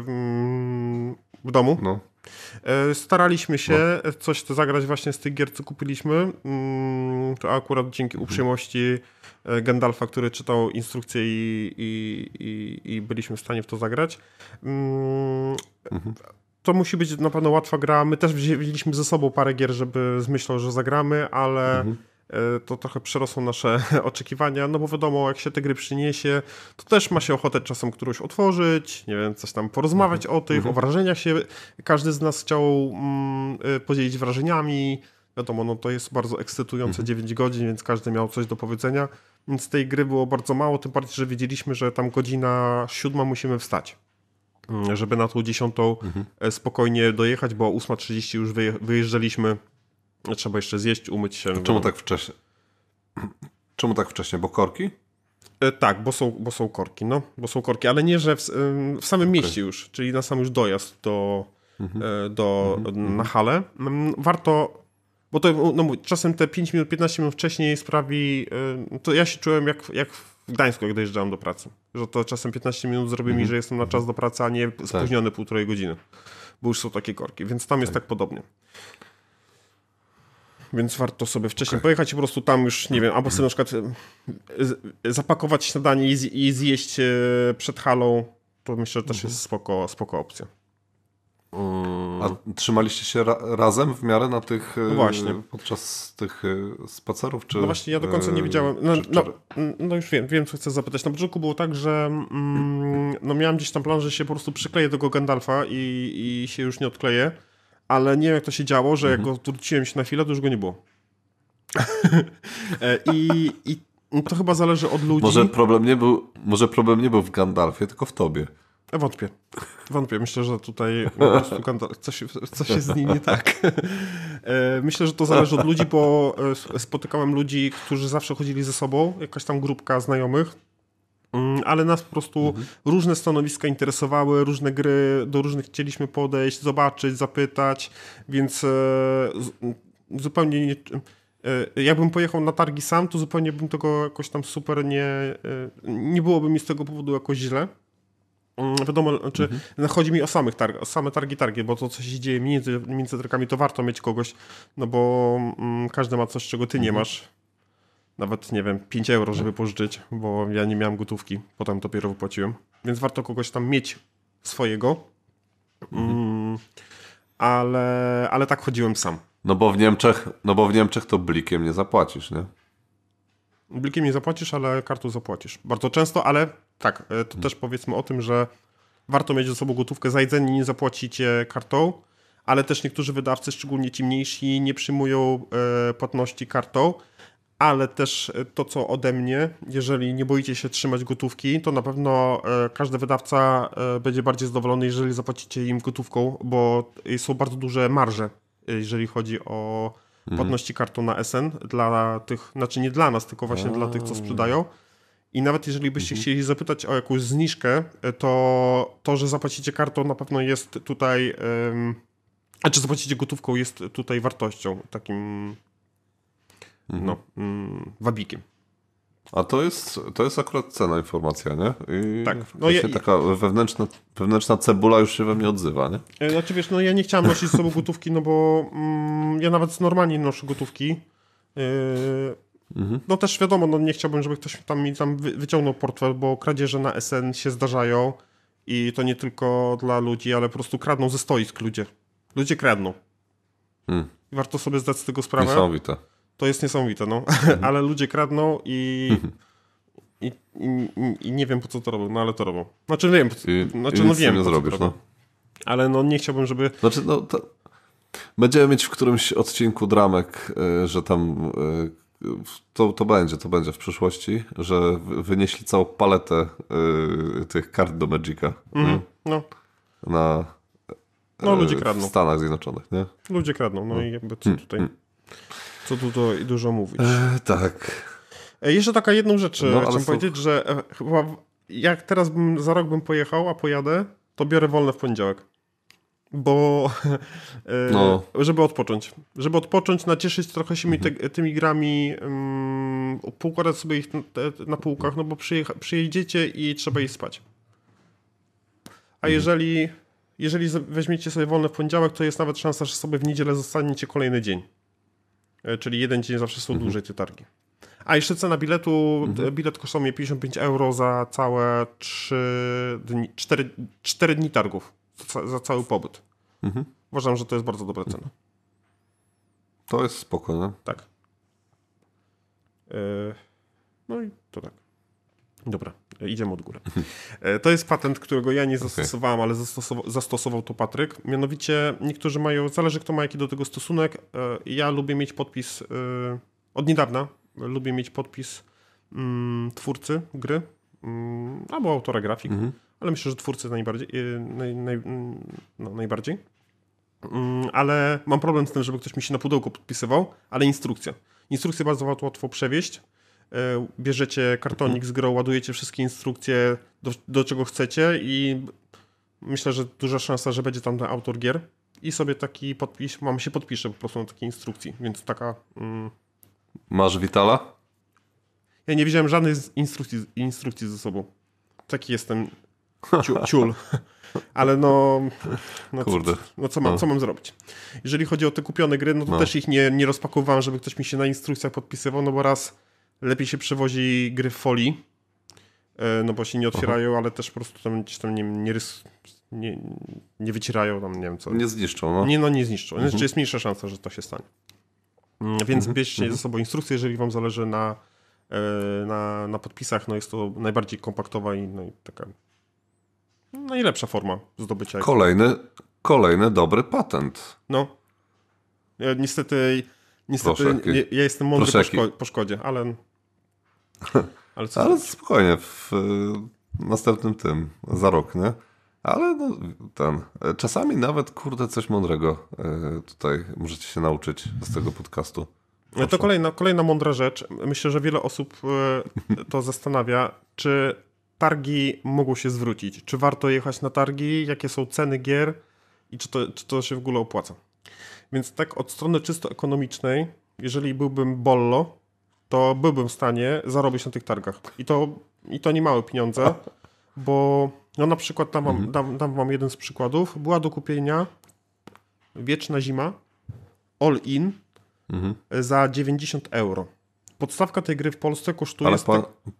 w domu? No. Staraliśmy się coś zagrać właśnie z tych gier, co kupiliśmy. To akurat dzięki uprzejmości Gandalfa, który czytał instrukcję i byliśmy w stanie w to zagrać. To musi być na pewno łatwa gra. My też wzięliśmy ze sobą parę gier, żeby z myślą, że zagramy, ale to trochę przerosło nasze oczekiwania, no bo wiadomo, jak się te gry przyniesie, to też ma się ochotę czasem którąś otworzyć, nie wiem, coś tam porozmawiać o tych, o wrażeniach się. Każdy z nas chciał podzielić wrażeniami. Wiadomo, no to jest bardzo ekscytujące 9 godzin, więc każdy miał coś do powiedzenia. Więc tej gry było bardzo mało, tym bardziej, że wiedzieliśmy, że tam godzina 7 musimy wstać, żeby na tą 10 spokojnie dojechać, bo o 8:30 już wyjeżdżaliśmy. Trzeba jeszcze zjeść, umyć się. Czemu tak wcześnie? Czemu tak wcześnie? Bo korki? Tak, bo są korki, no. Bo są korki, ale nie, że w samym mieście już, czyli na sam już dojazd na halę. Warto, bo to czasem te 5 minut, 15 minut wcześniej sprawi, to ja się czułem jak w Gdańsku, jak dojeżdżałem do pracy. Że to czasem 15 minut zrobi mi, że jestem na czas do pracy, a nie spóźniony półtorej godziny. Bo już są takie korki, więc tam jest tak podobnie. Więc warto sobie wcześniej pojechać i po prostu tam już, nie wiem, albo sobie na przykład zapakować śniadanie i zjeść przed halą, to myślę, że też jest spoko opcja. A trzymaliście się razem w miarę na tych, właśnie. Podczas tych spacerów? Czy, no właśnie, ja do końca nie wiedziałem. No już wiem, co chcę zapytać. Na początku było tak, że miałem gdzieś tam plan, że się po prostu przykleję do tego Gandalfa i się już nie odkleję. Ale nie wiem, jak to się działo, że jak go wróciłem się na chwilę, to już go nie było. I to chyba zależy od ludzi. Może problem nie był w Gandalfie, tylko w tobie. Wątpię. Myślę, że tutaj po prostu coś jest z nim nie tak. Myślę, że to zależy od ludzi, bo spotykałem ludzi, którzy zawsze chodzili ze sobą, jakaś tam grupka znajomych, ale nas po prostu różne stanowiska interesowały, różne gry, do różnych chcieliśmy podejść, zobaczyć, zapytać, więc zupełnie nie... Jakbym pojechał na targi sam, to zupełnie bym tego jakoś tam super nie byłoby mi z tego powodu jakoś źle. Wiadomo, znaczy chodzi mi o same targi, bo to, co się dzieje między targami, to warto mieć kogoś, no bo każdy ma coś, czego ty nie masz. Nawet, nie wiem, 5 euro, żeby pożyczyć, bo ja nie miałem gotówki, potem dopiero wypłaciłem. Więc warto kogoś tam mieć swojego. Ale tak chodziłem sam. No bo w Niemczech to blikiem nie zapłacisz, nie? Blikiem nie zapłacisz, ale kartą zapłacisz. Bardzo często, ale tak, to też powiedzmy o tym, że warto mieć ze sobą gotówkę. Za jedzenie nie zapłacicie kartą, ale też niektórzy wydawcy, szczególnie ci mniejsi, nie przyjmują płatności kartą. Ale też to, co ode mnie, jeżeli nie boicie się trzymać gotówki, to na pewno każdy wydawca będzie bardziej zadowolony, jeżeli zapłacicie im gotówką, bo są bardzo duże marże, jeżeli chodzi o płatności kartą na SN, dla tych, znaczy nie dla nas, tylko właśnie dla tych, co sprzedają. I nawet jeżeli byście chcieli zapytać o jakąś zniżkę, to, że zapłacicie kartą na pewno jest tutaj, a czy zapłacicie gotówką jest tutaj wartością, takim wabikiem. A to jest akurat cenna informacja, nie? I tak. No taka wewnętrzna cebula już się we mnie odzywa, nie? Znaczy wiesz, ja nie chciałem nosić z sobą gotówki, no bo ja nawet normalnie noszę gotówki. No też wiadomo, nie chciałbym, żeby ktoś mi wyciągnął portfel, bo kradzieże na SN się zdarzają i to nie tylko dla ludzi, ale po prostu kradną ze stoisk ludzie. Ludzie kradną. I warto sobie zdać z tego sprawę. Niesamowite. To jest niesamowite, ale ludzie kradną i nie wiem po co to robią, no ale to robią. Znaczy wiem, wiem nie po co zrobisz, to robią. Ale nie chciałbym, żeby... Znaczy, będziemy mieć w którymś odcinku dramek, że tam to będzie w przyszłości, że wynieśli całą paletę tych kart do Magica. Ludzie kradną. W Stanach Zjednoczonych, nie? Ludzie kradną, i jakby co tutaj dużo mówić. Tak. Jeszcze taka jedną rzecz chciałem powiedzieć, że chyba jak teraz za rok bym pojechał, a pojadę, to biorę wolne w poniedziałek. Bo żeby odpocząć. Żeby odpocząć, nacieszyć trochę się tymi grami, poukładać sobie ich na półkach, bo przyjedziecie i trzeba iść spać. A jeżeli weźmiecie sobie wolne w poniedziałek, to jest nawet szansa, że sobie w niedzielę zostaniecie kolejny dzień. Czyli jeden dzień zawsze są dłużej te targi. A jeszcze cena biletu. Bilet kosztował mnie 55 euro za całe 4 dni targów. Za cały pobyt. Uważam, że to jest bardzo dobra cena. To jest spoko, nie? Tak. No i to tak. Dobra, idziemy od góry. To jest patent, którego ja nie zastosowałem, ale zastosował to Patryk. Mianowicie niektórzy mają, zależy kto ma jaki do tego stosunek. Ja lubię mieć podpis, od niedawna lubię mieć podpis twórcy gry albo autora grafik, ale myślę, że twórcy najbardziej. Najbardziej. Ale mam problem z tym, żeby ktoś mi się na pudełku podpisywał, ale instrukcja. Instrukcję bardzo łatwo przewieźć. Bierzecie kartonik z grą, ładujecie wszystkie instrukcje do czego chcecie i myślę, że duża szansa, że będzie tam ten autor gier i sobie taki podpis, się podpiszę po prostu na takiej instrukcji, więc taka... Masz Vitala? Ja nie widziałem żadnej instrukcji ze sobą. Taki jestem ciul. Ale kurde. Co mam zrobić? Jeżeli chodzi o te kupione gry, to też ich nie rozpakowałem, żeby ktoś mi się na instrukcjach podpisywał, bo raz lepiej się przewozi gry w folii, bo się nie otwierają, ale też po prostu tam gdzieś tam nie wycierają, tam nie wiem co. Nie zniszczą, Nie zniszczą. Znaczy jest mniejsza szansa, że to się stanie. Więc bierzcie ze sobą instrukcję, jeżeli wam zależy na podpisach, jest to najbardziej kompaktowa i taka najlepsza forma zdobycia. Kolejny dobry patent. Niestety Proszę, ja jestem mądry po szkodzie, ale ale spokojnie, w następnym za rok, nie? Ale czasami nawet, coś mądrego tutaj możecie się nauczyć z tego podcastu. Proszę. To kolejna mądra rzecz. Myślę, że wiele osób to zastanawia, czy targi mogą się zwrócić. Czy warto jechać na targi? Jakie są ceny gier? I czy to się w ogóle opłaca? Więc tak od strony czysto ekonomicznej, jeżeli byłbym bollo, to byłbym w stanie zarobić na tych targach. I to nie małe pieniądze, bo na przykład dam wam jeden z przykładów. Była do kupienia Wieczna Zima All In za 90 euro. Podstawka tej gry w Polsce kosztuje... Ale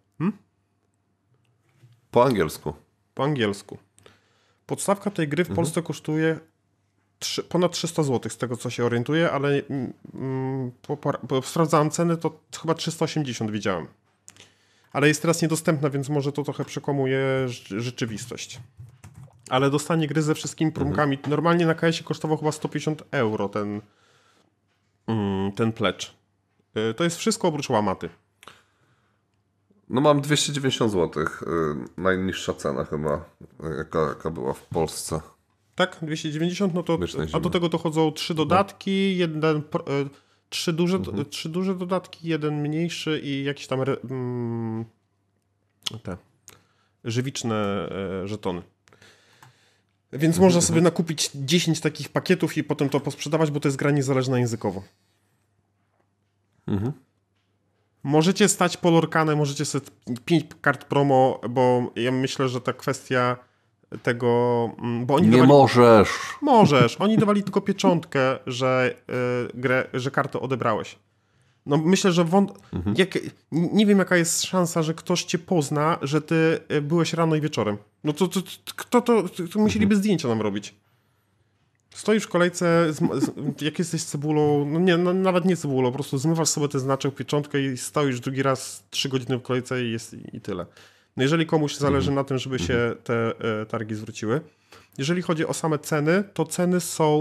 po angielsku. Po angielsku. Podstawka tej gry w Polsce kosztuje ponad 300 zł, z tego co się orientuję, ale bo sprawdzałem ceny, to chyba 380 widziałem. Ale jest teraz niedostępna, więc może to trochę przekłamuje rzeczywistość. Ale dostanie gry ze wszystkimi promkami. Normalnie na KS kosztował chyba 150 euro ten pledge. To jest wszystko oprócz łamaty. Mam 290 zł. Najniższa cena chyba, jaka była w Polsce. Tak? 290? A do tego dochodzą 3 dodatki, trzy duże dodatki, jeden mniejszy i jakiś tam te żywiczne żetony. Więc można sobie nakupić 10 takich pakietów i potem to posprzedawać, bo to jest gra niezależna językowo. Możecie stać po Lorcanę, możecie sobie 5 kart promo, bo ja myślę, że ta kwestia tego... Bo oni nie możesz. Możesz. Oni dawali tylko pieczątkę, że kartę odebrałeś. No myślę, że nie wiem jaka jest szansa, że ktoś cię pozna, że ty byłeś rano i wieczorem. No to musieliby zdjęcia nam robić. Stoisz w kolejce, jak jesteś cebulą, nawet nie cebulą, po prostu zmywasz sobie ten znaczek, pieczątkę i stoisz drugi raz 3 godziny w kolejce i tyle. No jeżeli komuś zależy na tym, żeby się te targi zwróciły. Jeżeli chodzi o same ceny, to ceny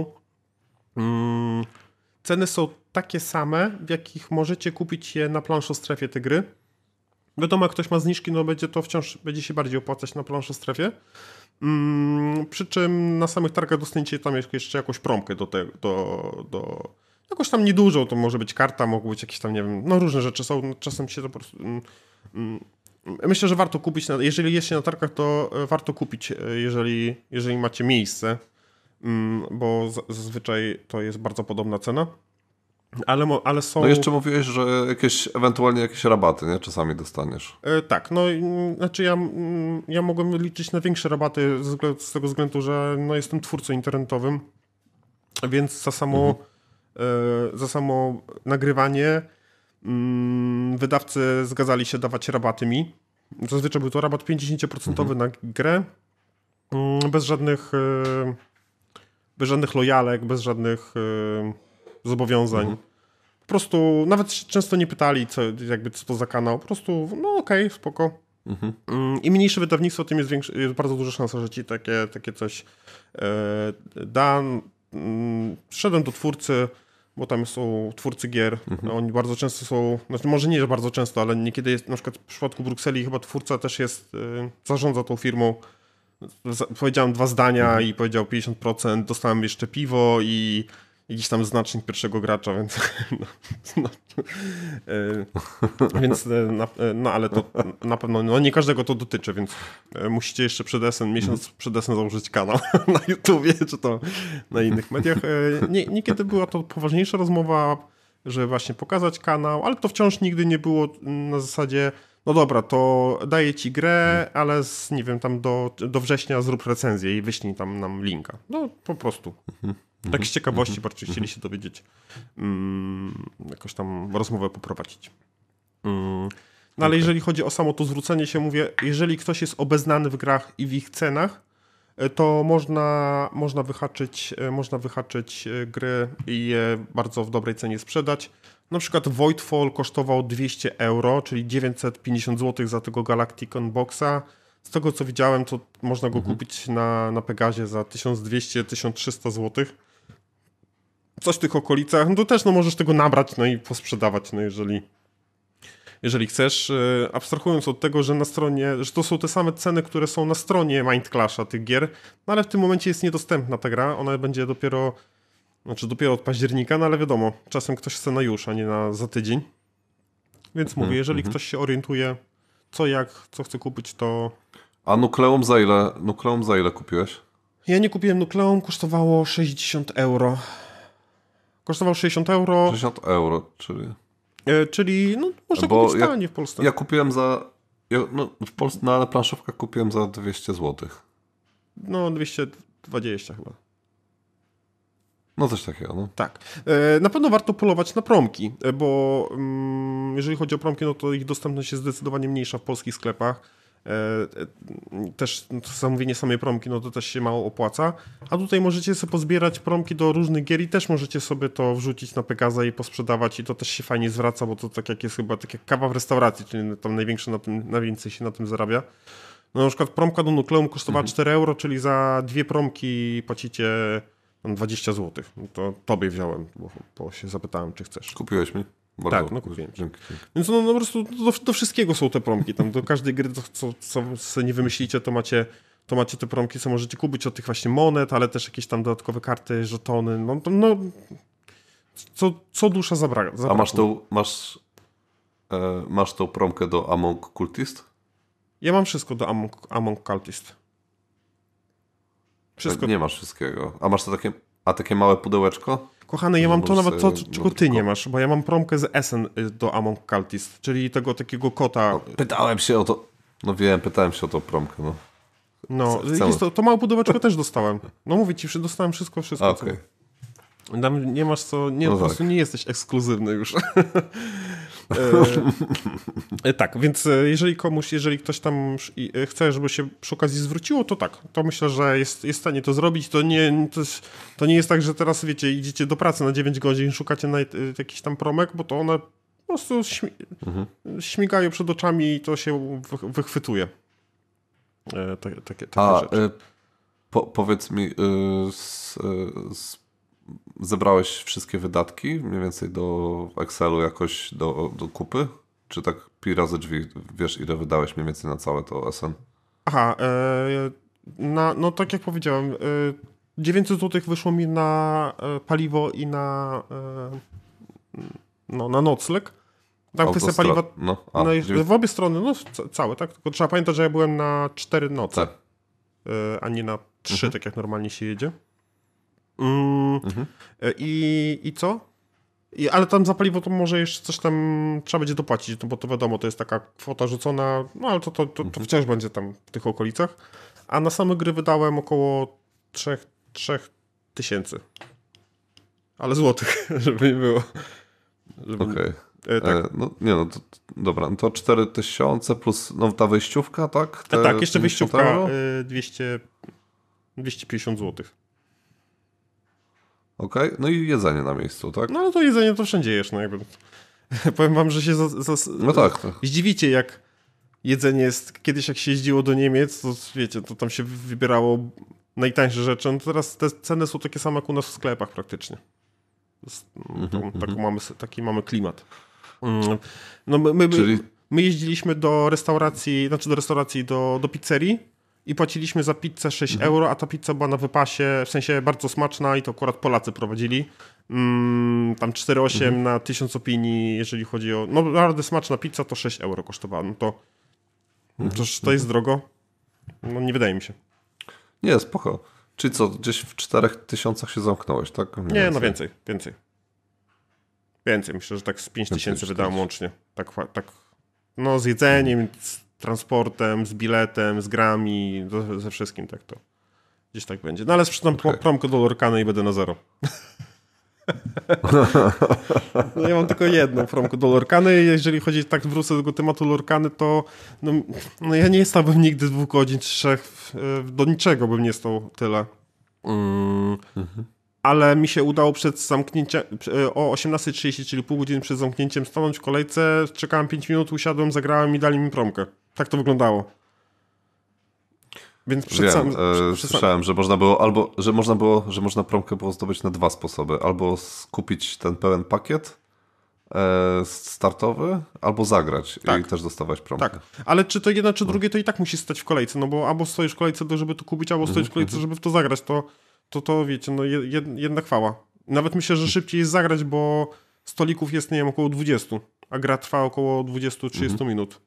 są takie same, w jakich możecie kupić je na planszostrefie te gry. Wiadomo, jak ktoś ma zniżki, no będzie się bardziej opłacać na planszostrefie. Przy czym na samych targach dostaniecie tam jeszcze jakąś promkę do jakoś tam niedużą, to może być karta, mogą być jakieś tam, nie wiem, no różne rzeczy są, czasem się to po prostu... Myślę, że warto kupić, jeżeli jest się na targach, to warto kupić, jeżeli macie miejsce, bo zazwyczaj to jest bardzo podobna cena. Ale są... No jeszcze mówiłeś, że ewentualnie jakieś rabaty, nie? Czasami dostaniesz. Tak, no znaczy ja mogłem liczyć na większe rabaty z tego względu, że no, jestem twórcą internetowym, więc za samo nagrywanie wydawcy zgadzali się dawać rabaty mi. Zazwyczaj był to rabat 50% na grę, bez żadnych lojalek, bez żadnych zobowiązań. Po prostu nawet często nie pytali, co to za kanał. Po prostu, no okej, spoko. Im mniejsze wydawnictwo, tym jest bardzo duża szansa, że ci takie coś da. Szedłem do twórcy, bo tam są twórcy gier. Oni bardzo często są, znaczy może nie, że bardzo często, ale niekiedy jest, na przykład w przypadku Brukseli chyba twórca też jest, zarządza tą firmą. Powiedziałem 2 zdania i powiedział 50%, dostałem jeszcze piwo i jakiś tam znacznik pierwszego gracza, więc ale to na pewno nie każdego to dotyczy, więc musicie jeszcze miesiąc przed SN założyć kanał na YouTubie, czy to na innych mediach. Niekiedy była to poważniejsza rozmowa, żeby właśnie pokazać kanał, ale to wciąż nigdy nie było na zasadzie no dobra, to daję ci grę, ale nie wiem, tam do września zrób recenzję i wyślij tam nam linka. No po prostu. Tak z ciekawości bardziej chcieli się dowiedzieć, jakoś tam rozmowę poprowadzić. No ale jeżeli chodzi o samo to zwrócenie się, mówię, jeżeli ktoś jest obeznany w grach i w ich cenach, to można wyhaczyć gry i je bardzo w dobrej cenie sprzedać. Na przykład Voidfall kosztował 200 €, czyli 950 zł za tego Galacticon Boxa. Z tego co widziałem, to można go kupić na Pegazie za 1200-1300 zł. Coś w tych okolicach. No to też możesz tego nabrać no i posprzedawać, no jeżeli chcesz. Abstrahując od tego, że że to są te same ceny, które są na stronie Mind Clasha tych gier, no ale w tym momencie jest niedostępna ta gra. Ona będzie dopiero od października, no ale wiadomo, czasem ktoś chce na już, a nie za tydzień. Więc mówię, jeżeli ktoś się orientuje, co chce kupić, to... A Nukleum za ile kupiłeś? Ja nie kupiłem Nukleum, kosztowało 60 €. Kosztował 60 €. 60 €, czyli... Czyli no, można kupić taniej w Polsce. Ja kupiłem w Polsce na planszówkach kupiłem za 200 zł. No 220 chyba. No coś takiego, no. Tak. Na pewno warto polować na promki, bo jeżeli chodzi o promki, no to ich dostępność jest zdecydowanie mniejsza w polskich sklepach. Też zamówienie samej promki, no to też się mało opłaca. A tutaj możecie sobie pozbierać promki do różnych gier i też możecie sobie to wrzucić na Pegaza i posprzedawać i to też się fajnie zwraca, bo to tak jak jest chyba tak jak kawa w restauracji, czyli tam najwięcej się na tym zarabia. No na przykład promka do Nukleum kosztowała 4 €, czyli za 2 promki płacicie 20 zł. No to tobie wziąłem, bo się zapytałem, czy chcesz. Kupiłeś mi? Bardzo. Tak, no kupiłem. Dzięki. Więc no po prostu do wszystkiego są te promki. Tam do każdej gry, co sobie nie wymyślicie, to macie te promki, co możecie kupić od tych właśnie monet, ale też jakieś tam dodatkowe karty, żetony. Co dusza zabraknie. A masz tą promkę do Among Cultist? Ja mam wszystko do Among Cultist. Wszystko. Nie masz wszystkiego. A masz to takie małe pudełeczko? Kochany, ja mam to nawet to, czego ty tylko... nie masz, bo ja mam promkę z Essen do Among Cultist, czyli tego takiego kota. No, pytałem się o to. No wiem, pytałem się o tą promkę, no. No, jest to małe pudełeczko też dostałem. No mówię ci, dostałem wszystko. Okej. Tam nie masz co, nie, po prostu nie jesteś ekskluzywny już. Tak, więc jeżeli ktoś tam chce, żeby się przy okazji zwróciło, to tak, to myślę, że jest w stanie to zrobić. To nie jest tak, że teraz, wiecie, idziecie do pracy na 9 godzin, szukacie jakiś tam promek, bo to one po prostu śmigają przed oczami i to się wychwytuje. Takie rzeczy. Powiedz mi, zebrałeś wszystkie wydatki mniej więcej do Excelu jakoś do kupy? Czy tak pi razy drzwi, wiesz ile wydałeś mniej więcej na całe to SN? Aha, no tak jak powiedziałem, 900 zł wyszło mi na paliwo i na nocleg. Tam kwestia paliwa w obie strony, no całe, tak? Tylko trzeba pamiętać, że ja byłem na 4 noce, a nie na 3, tak jak normalnie się jedzie. I co? Ale tam za paliwo to może jeszcze coś tam trzeba będzie dopłacić, bo to wiadomo, to jest taka kwota rzucona, no ale to wciąż będzie tam w tych okolicach. A na same gry wydałem około 3 tysięcy. Ale złotych, żeby nie było. Okej. Tak. Dobra, no to 4000 plus ta wejściówka, tak? Tak, jeszcze wejściówka 250 zł. Okej, no i jedzenie na miejscu, tak? No ale to jedzenie to wszędzie jesz, no jakby. Powiem wam, że się no tak. zdziwicie, jak jedzenie jest. Kiedyś jak się jeździło do Niemiec, to wiecie, to tam się wybierało najtańsze rzeczy, no to teraz te ceny są takie same jak u nas w sklepach praktycznie. Taki mamy klimat. No my jeździliśmy do restauracji, do pizzerii i płaciliśmy za pizzę 6 euro, a ta pizza była na wypasie, w sensie bardzo smaczna i to akurat Polacy prowadzili. Tam 4,8 na 1000 opinii, jeżeli chodzi o... No naprawdę smaczna pizza to 6 euro kosztowała. No to jest drogo? No nie wydaje mi się. Nie, spoko. Czyli co, gdzieś w 4000 się zamknąłeś, tak? Nie, no więcej. Więcej, myślę, że tak z 5000 wydałem łącznie. Tak. No z jedzeniem, z transportem, z biletem, z grami, ze wszystkim tak to. Gdzieś tak będzie. No ale sprzedam promkę do Lorkany i będę na zero. No ja mam tylko jedną promkę do Lorkany i jeżeli chodzi, tak wrócę do tego tematu Lorkany, to no ja nie stałbym nigdy 2 godzin, 3, do niczego bym nie stał tyle. Ale mi się udało przed zamknięciem, o 18:30, czyli pół godziny przed zamknięciem, stanąć w kolejce, czekałem 5 minut, usiadłem, zagrałem i dali mi promkę. Tak to wyglądało. Więc słyszałem, że można promkę było zdobyć na 2 sposoby. Albo skupić ten pełen pakiet startowy, albo zagrać i też dostawać promkę. Tak, ale czy to jedno, czy drugie, to i tak musi stać w kolejce, no bo albo stoisz w kolejce, żeby to kupić, albo stoisz w kolejce, żeby w to zagrać, to wiecie, no jedna chwała. Nawet myślę, że szybciej jest zagrać, bo stolików jest, nie wiem, około 20, a gra trwa około 20-30 minut.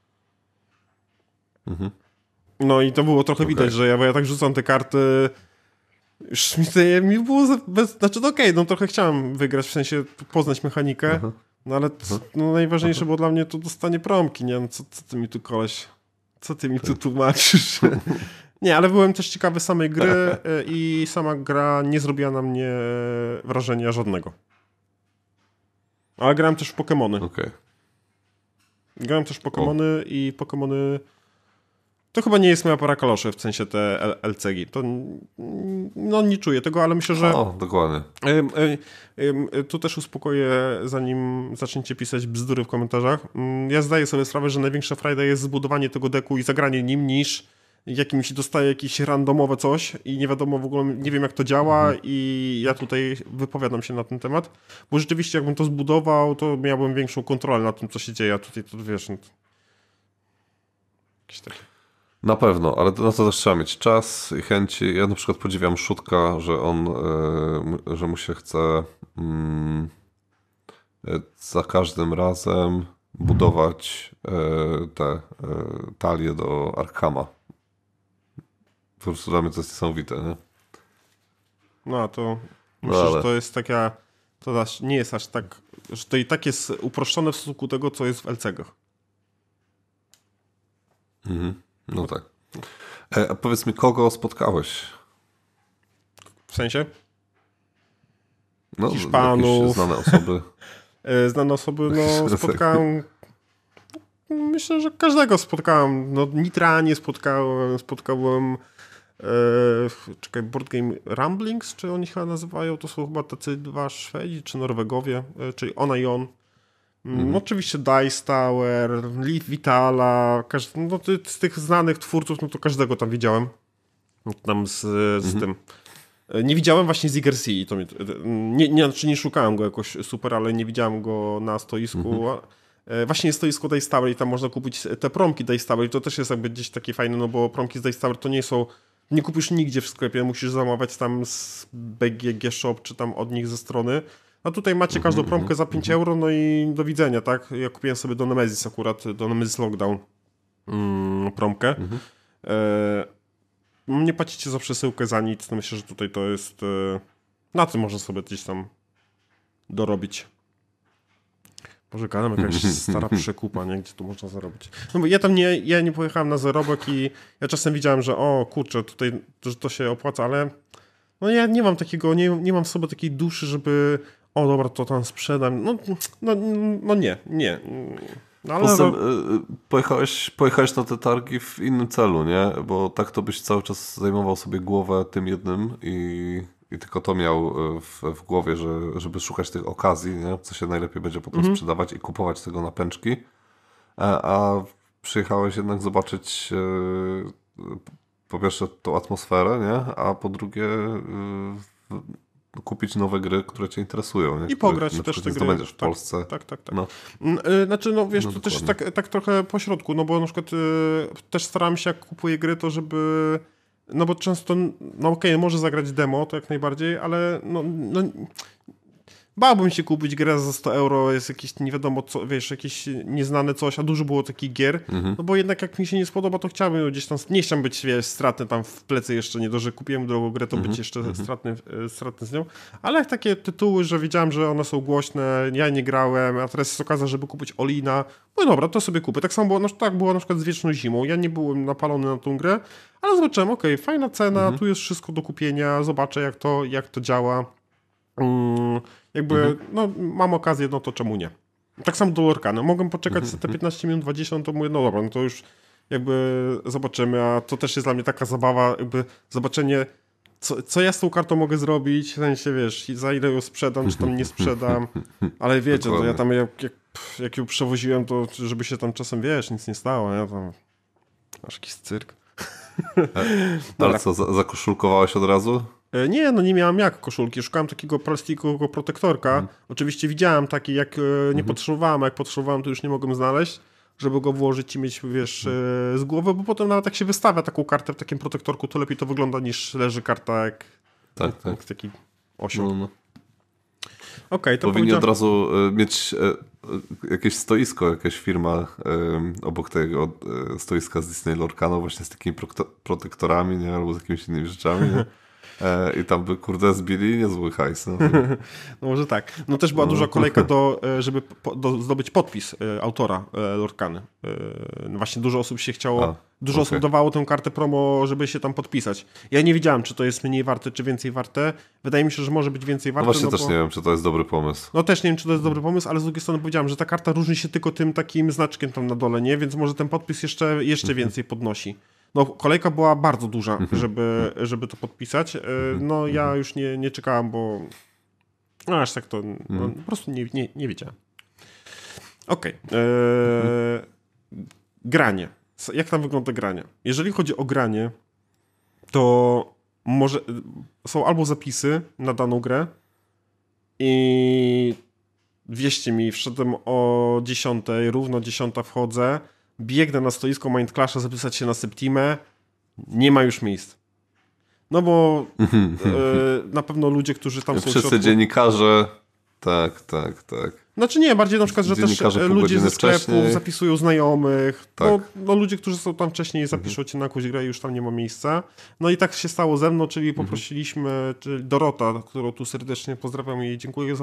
No i to było trochę widać, że ja tak rzucam te karty, już mi było no trochę chciałem wygrać, w sensie poznać mechanikę, no ale najważniejsze było dla mnie to dostanie promki, nie? No co ty mi tu koleś, co ty mi tu tłumaczysz? Nie, ale byłem też ciekawy samej gry i sama gra nie zrobiła na mnie wrażenia żadnego. Ale grałem też w Pokemony. Grałem też w Pokemony i Pokemony... To chyba nie jest moja para kaloszy, w sensie te LCG. To nie czuję tego, ale myślę, że... O, dokładnie. Tu też uspokoję, zanim zaczniecie pisać bzdury w komentarzach. Ja zdaję sobie sprawę, że największa frajda jest zbudowanie tego deku i zagranie nim, niż jakimś dostaje jakieś randomowe coś i nie wiadomo w ogóle, nie wiem jak to działa i ja tutaj wypowiadam się na ten temat, bo rzeczywiście jakbym to zbudował, to miałbym większą kontrolę nad tym, co się dzieje, a tutaj to wiesz... Jakieś takie... Na pewno, ale na to też trzeba mieć czas i chęci. Ja na przykład podziwiam Szutka, że mu się chce za każdym razem budować te talie do Arkhama. Po prostu dla mnie to jest niesamowite, nie? No to myślę, że to jest taka... To nie jest aż tak... Że to i tak jest uproszczone w stosunku do tego, co jest w LCG-ach. No tak. A powiedz mi, kogo spotkałeś? W sensie? No, Hiszpanów. Jakieś znane osoby. Znane osoby, no spotkałem... Myślę, że każdego spotkałem. No Nitra nie spotkałem czekaj, Board Game Rumblings, czy oni chyba nazywają, to są chyba tacy dwa Szwedzi, czy Norwegowie, czyli Ona i On. Oczywiście Dice Tower, Liv Vitala, no, z tych znanych twórców, no to każdego tam widziałem. Tam z tym. Nie widziałem właśnie Zigger Sea, to nie szukałem go jakoś super, ale nie widziałem go na stoisku. Właśnie jest stoisko Dice Tower i tam można kupić te promki Dice Tower i to też jest jakby gdzieś takie fajne, no bo promki z Dice Tower to nie kupisz nigdzie w sklepie, musisz zamawiać tam z BGG Shop, czy tam od nich ze strony. A tutaj macie każdą promkę za 5 euro, no i do widzenia, tak? Ja kupiłem sobie do Nemesis akurat, do Nemesis Lockdown promkę. Nie płacicie za przesyłkę, za nic, no myślę, że tutaj to jest... Na tym można sobie gdzieś tam dorobić. Może gadam, jakaś stara przekupa, nie? Gdzie tu można zarobić. No bo ja nie pojechałem na zarobek i ja czasem widziałem, że o kurczę, tutaj że to się opłaca, ale no ja nie mam takiego, nie mam w sobie takiej duszy, żeby o dobra, to tam sprzedam. No nie. No, ale... Poza tym pojechałeś na te targi w innym celu, nie? Bo tak to byś cały czas zajmował sobie głowę tym jednym i tylko to miał w głowie, żeby szukać tych okazji, nie? Co się najlepiej będzie potem sprzedawać i kupować tego na pęczki. A przyjechałeś jednak zobaczyć po pierwsze tą atmosferę, nie? A po drugie kupić nowe gry, które cię interesują. Nie? I pograć też te gry. Zdobędziesz w Polsce. Tak. No. Znaczy, no wiesz, to też tak trochę po środku, no bo na przykład też staram się, jak kupuję gry, to żeby... No bo często, no okej, może zagrać demo, to jak najbardziej, ale no bałbym się kupić grę za 100 euro, jest jakieś nie wiadomo co, wiesz, jakieś nieznane coś, a dużo było takich gier, no bo jednak jak mi się nie spodoba, to chciałbym gdzieś tam, nie chciałbym być, wiesz, stratny tam w plecy jeszcze, nie dość, że kupiłem drogą grę, to być jeszcze stratny z nią, ale takie tytuły, że wiedziałem, że one są głośne, ja nie grałem, a teraz jest okazja, żeby kupić Olina, no dobra, to sobie kupię. Tak samo było, tak było na przykład z Wieczną Zimą, ja nie byłem napalony na tą grę, ale zobaczyłem, okej, fajna cena, tu jest wszystko do kupienia, zobaczę jak to działa. Jakby, no mam okazję, no to czemu nie? Tak samo do Lorcana. Mogłem poczekać te 15 minut, 20, to mówię, no dobra, no to już jakby zobaczymy, a to też jest dla mnie taka zabawa, jakby zobaczenie, co ja z tą kartą mogę zrobić, w sensie, wiesz, za ile ją sprzedam, czy tam nie sprzedam, ale wiecie, to ja tam jak ją przewoziłem, to żeby się tam czasem, wiesz, nic nie stało, nie? Tam aż jakiś cyrk. Ale co, zakoszulkowałeś od razu? Nie, no nie miałem jak koszulki. Szukałem takiego plastikowego protektorka. Oczywiście widziałem taki, jak nie potrzebowałem, a jak potrzebowałem, to już nie mogłem znaleźć, żeby go włożyć i mieć, wiesz, z głowy, bo potem nawet jak się wystawia taką kartę w takim protektorku, to lepiej to wygląda niż leży karta jak taki osioł. No. Okay, to powinni od razu mieć jakieś stoisko, jakaś firma obok tego stoiska z Disney Lorcano właśnie z takimi protektorami, nie? Albo z jakimiś innymi rzeczami, nie? I tam by, kurde, zbili niezły hajs. No. No może tak. No też była duża kolejka żeby zdobyć podpis autora Lorcany. Właśnie dużo osób się chciało, osób dawało tę kartę promo, żeby się tam podpisać. Ja nie wiedziałem, czy to jest mniej warte, czy więcej warte. Wydaje mi się, że może być więcej warte. No właśnie też nie wiem, czy to jest dobry pomysł. No też nie wiem, czy to jest dobry pomysł, ale z drugiej strony powiedziałem, że ta karta różni się tylko tym takim znaczkiem tam na dole, nie? Więc może ten podpis jeszcze więcej podnosi. No, kolejka była bardzo duża, żeby to podpisać. No, ja już nie czekałem, bo aż tak to po prostu nie wiedziałem. Okej. Granie. Jak tam wygląda granie? Jeżeli chodzi o granie, to może są albo zapisy na daną grę i wierzcie mi, wszedłem o 10, równo 10 wchodzę, biegnę na stoisko Mindclasha zapisać się na Septimę, nie ma już miejsc. No bo na pewno ludzie, którzy tam są w wszyscy środku... dziennikarze Tak. Znaczy nie, bardziej na przykład, że też ludzie ze sklepów wcześniej zapisują znajomych. Tak. No ludzie, którzy są tam wcześniej, zapiszą cię na jakąś grę i już tam nie ma miejsca. No i tak się stało ze mną, czyli poprosiliśmy, czyli Dorota, którą tu serdecznie pozdrawiam i dziękuję,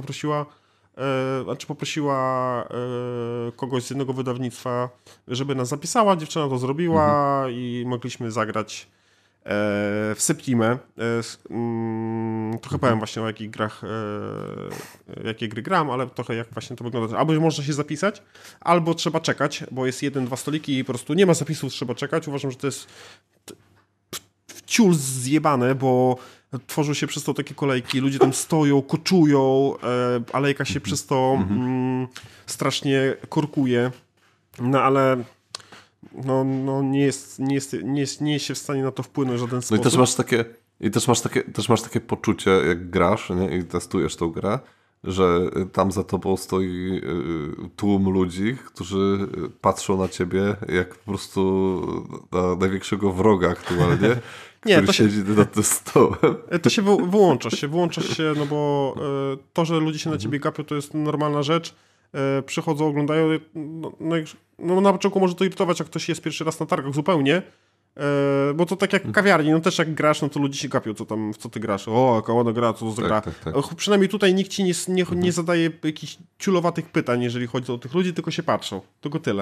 poprosiła kogoś z jednego wydawnictwa, żeby nas zapisała. Dziewczyna to zrobiła i mogliśmy zagrać w Septimę. Trochę powiem właśnie o jakich grach, jakie gry gram, ale trochę jak właśnie to wygląda. Albo można się zapisać, albo trzeba czekać, bo jest 1-2 stoliki i po prostu nie ma zapisów, trzeba czekać. Uważam, że to jest wciul zjebane, bo tworzą się przez to takie kolejki, ludzie tam stoją, koczują, alejka się przez to strasznie korkuje. No ale nie jest się w stanie na to wpłynąć w żaden sposób. No i też masz takie poczucie, jak grasz, nie? I testujesz tą grę, że tam za tobą stoi tłum ludzi, którzy patrzą na ciebie jak po prostu na największego wroga aktualnie, który siedzi nad tym stołem. To się wyłączasz się, no bo to, że ludzie się na ciebie gapią, to jest normalna rzecz. Przychodzą, oglądają, no na początku może to irytować, jak ktoś jest pierwszy raz na targach zupełnie, bo to tak jak w kawiarni, no też jak grasz, no to ludzie się gapią, w co ty grasz, jaka ładna gra, co to za gra. Tak. Przynajmniej tutaj nikt ci nie zadaje jakichś ciulowatych pytań, jeżeli chodzi o tych ludzi, tylko się patrzą, tylko tyle.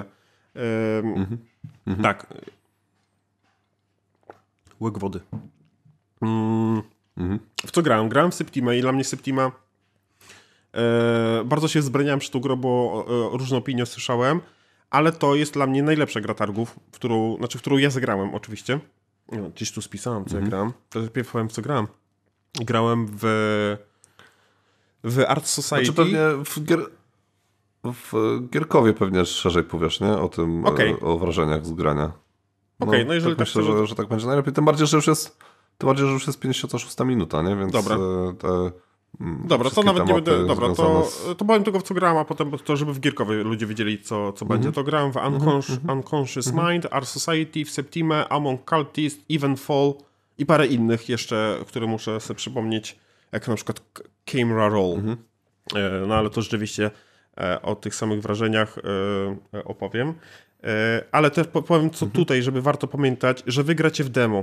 Tak. Łyk wody. W co grałem? Grałem w Septimę i dla mnie Septima bardzo się wzbraniałem przy tą grę, bo różne opinie słyszałem, ale to jest dla mnie najlepsza gra targów, w którą ja zagrałem oczywiście. Gdzieś tu spisałem, co ja grałem. To najpierw powiem, w co grałem. Grałem w Art Society. Znaczy pewnie w Gierkowie pewnie szerzej powiesz, nie? O tym, o wrażeniach z grania. No jeżeli tak myślę, że tak będzie najlepiej. Tym bardziej, że już jest 56 minuta, nie? Więc dobra. Dobra, to nawet nie będę. Dobra, to powiem tylko w co grałem, a potem to, żeby w Gierkowie ludzie wiedzieli, co będzie. To grałem w Unconscious Mind, Art Society, w Septimę, Among Cultists, Evenfall i parę innych jeszcze, które muszę sobie przypomnieć, jak na przykład Camera Roll. No ale to rzeczywiście o tych samych wrażeniach opowiem. Ale też powiem co tutaj, żeby warto pamiętać, że wy gracie w demo.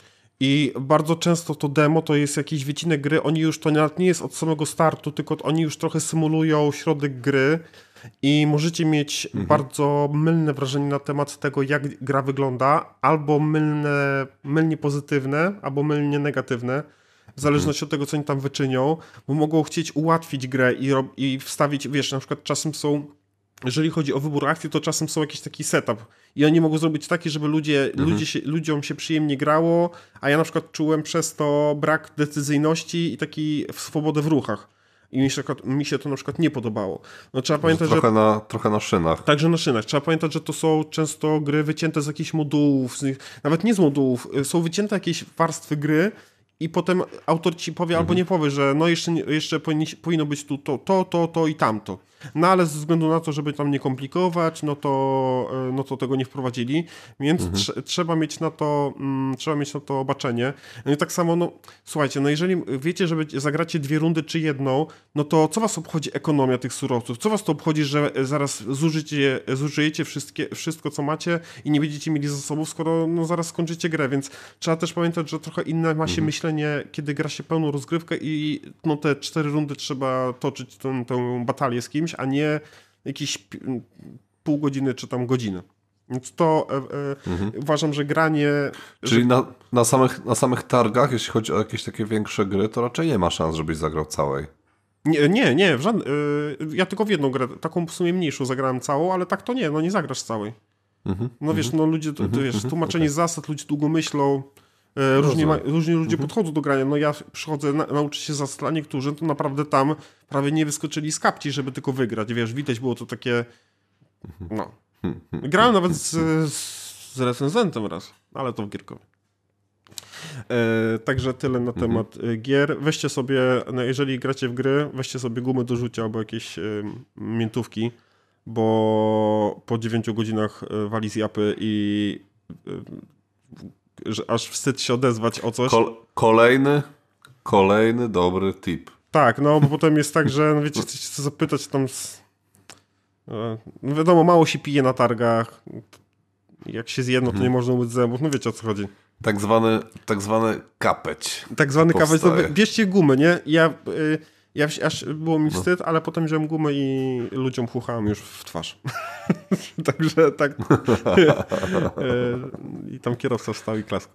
I bardzo często to demo to jest jakiś wycinek gry, oni już to nawet nie jest od samego startu, tylko oni już trochę symulują środek gry i możecie mieć bardzo mylne wrażenie na temat tego, jak gra wygląda, albo mylnie pozytywne, albo mylnie negatywne, w zależności od tego, co oni tam wyczynią, bo mogą chcieć ułatwić grę i wstawić, wiesz, na przykład czasem są, jeżeli chodzi o wybór akcji, to czasem są jakiś taki setup i oni mogą zrobić taki, żeby ludziom się przyjemnie grało, a ja na przykład czułem przez to brak decyzyjności i taki swobodę w ruchach. I mi się to na przykład nie podobało. No, trzeba pamiętać, trochę na szynach. Także na szynach. Trzeba pamiętać, że to są często gry wycięte z jakichś modułów, nawet nie z modułów, są wycięte jakieś warstwy gry i potem autor ci powie albo nie powie, że no jeszcze powinno być tu to i tamto. No ale ze względu na to, żeby tam nie komplikować, no to tego nie wprowadzili, więc trzeba mieć na to obaczenie. No i tak samo, no słuchajcie, no jeżeli wiecie, że zagracie 2 rundy czy jedną, no to co was obchodzi ekonomia tych surowców? Co was to obchodzi, że zaraz zużyjecie wszystko, co macie i nie będziecie mieli zasobów, skoro no zaraz skończycie grę, więc trzeba też pamiętać, że trochę inne ma się myślenie, kiedy gra się pełną rozgrywkę i no te 4 rundy trzeba toczyć tę batalię z kimś, a nie jakieś pół godziny czy tam godzinę. Więc to uważam, że granie... Czyli na samych targach, jeśli chodzi o jakieś takie większe gry, to raczej nie ma szans, żebyś zagrał całej. Nie, ja tylko w jedną grę, taką w sumie mniejszą zagrałem całą, ale tak to nie zagrasz całej. No wiesz, no ludzie, wiesz, tłumaczenie zasad, ludzie długo myślą, różni ludzie podchodzą do grania. No ja przychodzę nauczyć się zasad, a niektórzy to naprawdę tam prawie nie wyskoczyli z kapci, żeby tylko wygrać. Wiesz, widać było to takie... No. Grałem nawet z recenzentem raz, ale to w Gierkowie. Także tyle na temat gier. Weźcie sobie, no jeżeli gracie w gry, weźcie sobie gumy do rzucia albo jakieś miętówki, bo po 9 godzinach wali z japy i że aż wstyd się odezwać o coś. Kolejny dobry tip. Tak, no bo potem jest tak, że no, wiecie, chcecie co zapytać tam no wiadomo, mało się pije na targach. Jak się zje, no to nie można umyć zębów. No wiecie, o co chodzi. Tak zwany kapeć. Tak zwany kapeć. No, bierzcie gumę, nie? Ja aż było mi wstyd, ale potem wziąłem gumę i ludziom chuchałem już w twarz. Także tak. I tam kierowca wstał i klaskał.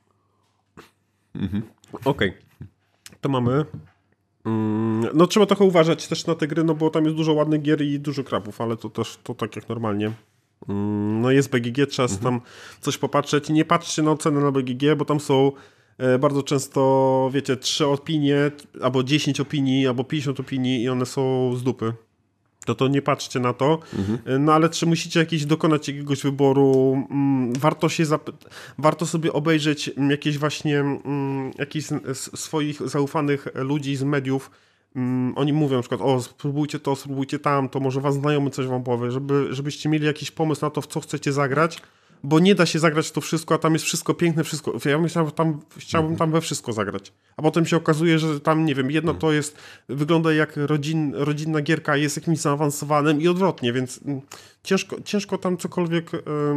Okej. To mamy. No trzeba trochę uważać też na te gry, no bo tam jest dużo ładnych gier i dużo krapów, ale to też to tak jak normalnie. No jest BGG, trzeba tam coś popatrzeć. Nie patrzcie na ocenę na BGG, bo tam są bardzo często, wiecie, 3 opinie, albo 10 opinii, albo 50 opinii i one są z dupy. To nie patrzcie na to. No ale czy musicie dokonać jakiegoś wyboru, warto sobie obejrzeć jakieś właśnie jakichś swoich zaufanych ludzi z mediów. Oni mówią na przykład, o spróbujcie to, spróbujcie tamto, może was znajomy coś wam powie, żebyście mieli jakiś pomysł na to, w co chcecie zagrać, bo nie da się zagrać to wszystko, a tam jest wszystko piękne, wszystko. Ja myślałem, że chciałbym tam we wszystko zagrać. A potem się okazuje, że tam, nie wiem, jedno to jest, wygląda jak rodzinna gierka, jest jakimś zaawansowanym i odwrotnie, więc ciężko tam cokolwiek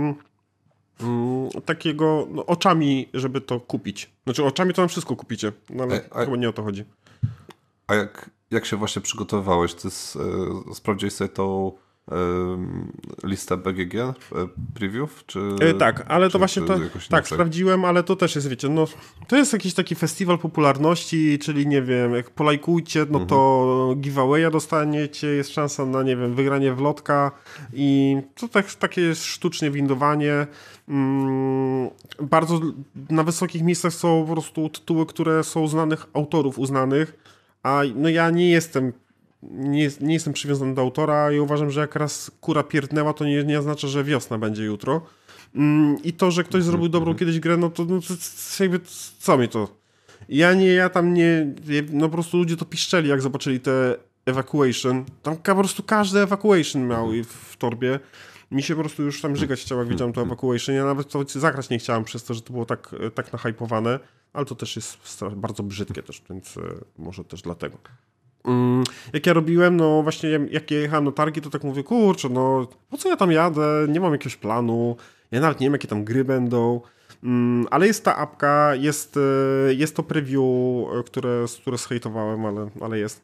takiego no, oczami, żeby to kupić. Znaczy oczami to tam wszystko kupicie, no, ale chyba nie o to chodzi. A jak się właśnie przygotowywałeś? Ty sprawdziłeś sobie tą listę BGG preview? Czy, tak, ale to właśnie tak, inaczej? sprawdziłem, ale to też jest, wiecie, no to jest jakiś taki festiwal popularności, czyli nie wiem, jak polajkujcie, no to giveawaya dostaniecie, jest szansa na, nie wiem, wygranie wlotka i to takie jest sztucznie windowanie. Bardzo na wysokich miejscach są po prostu tytuły, które są znanych autorów uznanych, a no ja nie jestem przywiązany do autora i uważam, że jak raz kura pierdnęła, to nie oznacza, że wiosna będzie jutro. I to, że ktoś zrobił dobrą kiedyś grę, no to jakby co mi to? Ja tam nie... No po prostu ludzie to piszczeli, jak zobaczyli te Evacuation. Tam po prostu każdy Evacuation miał w torbie. Mi się po prostu już tam żygać chciało, jak widziałem to Evacuation. Ja nawet to zagrać nie chciałem przez to, że to było tak nahypowane, ale to też jest bardzo brzydkie też, więc może też dlatego. Jak ja robiłem, no właśnie jak ja jechałem na targi, to tak mówię, kurczę, no po co ja tam jadę, nie mam jakiegoś planu, ja nawet nie wiem, jakie tam gry będą, ale jest ta apka, jest to preview, które zhejtowałem, ale jest.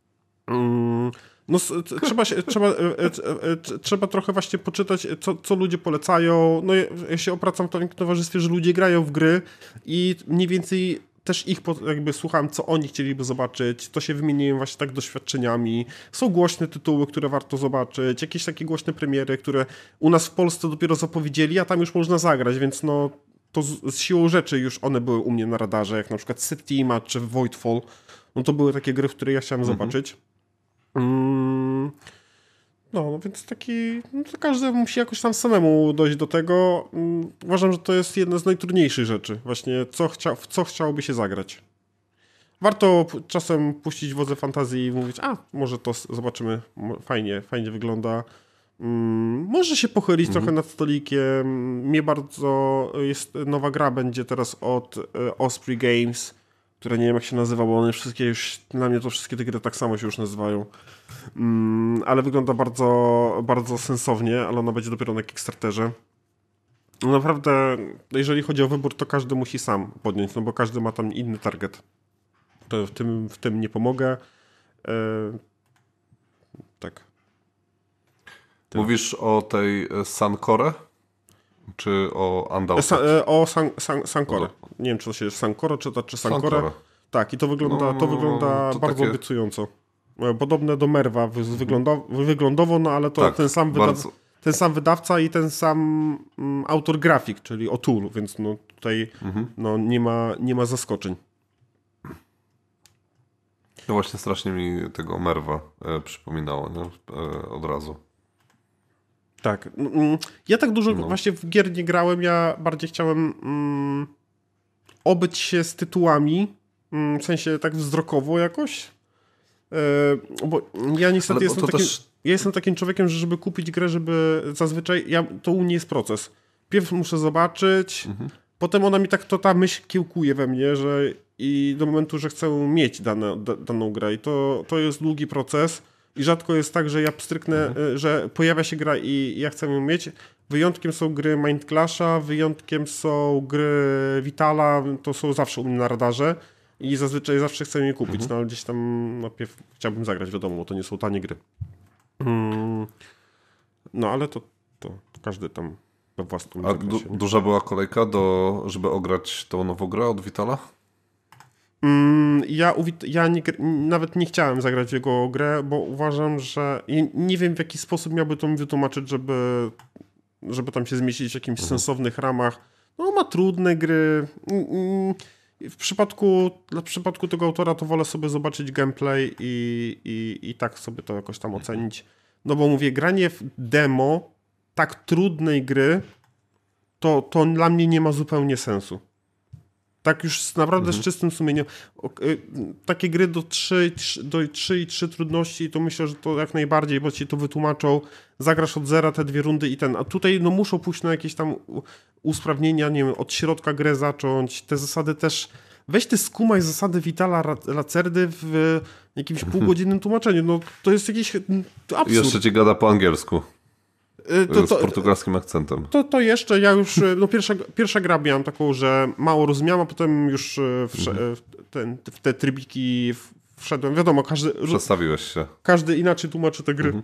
No trzeba trochę właśnie poczytać, co ludzie polecają, no ja się opracam w takim towarzystwie, że ludzie grają w gry i mniej więcej też ich jakby słucham, co oni chcieliby zobaczyć, to się wymieniłem właśnie tak doświadczeniami. Są głośne tytuły, które warto zobaczyć, jakieś takie głośne premiery, które u nas w Polsce dopiero zapowiedzieli, a tam już można zagrać, więc no to z siłą rzeczy już one były u mnie na radarze, jak na przykład Septima czy Voidfall. No to były takie gry, w które ja chciałem zobaczyć. No, więc no to każdy musi jakoś tam samemu dojść do tego. Uważam, że to jest jedna z najtrudniejszych rzeczy. Właśnie w co chciałoby się zagrać. Warto czasem puścić wodze fantazji i mówić, może to zobaczymy, fajnie wygląda. Może się pochylić trochę nad stolikiem. Mnie bardzo jest nowa gra, będzie teraz od Osprey Games, która nie wiem jak się nazywa, bo one wszystkie już, dla mnie to wszystkie te gry tak samo się już nazywają. Ale wygląda bardzo, bardzo sensownie, ale ona będzie dopiero na Kickstarterze. No naprawdę, jeżeli chodzi o wybór, to każdy musi sam podjąć, no bo każdy ma tam inny target. To w tym nie pomogę. Tak. Mówisz o tej Sancore? Czy o Undaunted? O Sancore. Nie wiem, czy to się jest Sancore, czy Sancore. Tak, i to wygląda to bardzo takie... obiecująco. Podobne do Merwa wyglądowo, no ale to tak, ten sam wydawca i ten sam autor grafik, czyli O'Toole, więc no tutaj no, nie ma zaskoczeń. No właśnie strasznie mi tego Merwa przypominało, nie? Od razu. Tak. Ja tak dużo właśnie w gier nie grałem, ja bardziej chciałem obyć się z tytułami, w sensie tak wzrokowo jakoś. Bo ja niestety jestem takim człowiekiem, że żeby kupić grę, żeby zazwyczaj, to u mnie jest proces. Pierw muszę zobaczyć, potem ona mi tak, to ta myśl kiełkuje we mnie, że i do momentu, że chcę mieć daną grę i to jest długi proces i rzadko jest tak, że ja pstryknę, że pojawia się gra i ja chcę ją mieć. Wyjątkiem są gry Mind Clasha, wyjątkiem są gry Vitala, to są zawsze u mnie na radarze i zazwyczaj zawsze chcę je kupić, no ale gdzieś tam najpierw chciałbym zagrać, wiadomo, bo to nie są tanie gry. No ale to każdy tam we własnym zakresie. A duża była kolejka, żeby ograć tą nową grę od Vitala? Ja nawet nie chciałem zagrać w jego grę, bo uważam, że nie wiem w jaki sposób miałby to mi wytłumaczyć, żeby tam się zmieścić w jakimś sensownych ramach. No ma trudne gry. W przypadku tego autora to wolę sobie zobaczyć gameplay i tak sobie to jakoś tam ocenić. No bo mówię, granie w demo tak trudnej gry to dla mnie nie ma zupełnie sensu. Tak już naprawdę z czystym sumieniem. Takie gry do 3 i 3 trudności, to myślę, że to jak najbardziej, bo ci to wytłumaczą, zagrasz od zera te 2 rundy a tutaj no muszą pójść na jakieś tam usprawnienia, nie wiem, od środka grę zacząć, te zasady też, weź ty skumaj zasady Vitala Lacerdy w jakimś półgodzinnym tłumaczeniu, no to jest jakiś absurd. Jeszcze ci gada po angielsku. Z portugalskim akcentem. To jeszcze, ja już, no pierwsza gra miałam taką, że mało rozumiałam, a potem już w te trybiki wszedłem. Wiadomo, przestawiłeś się. Każdy inaczej tłumaczy te gry.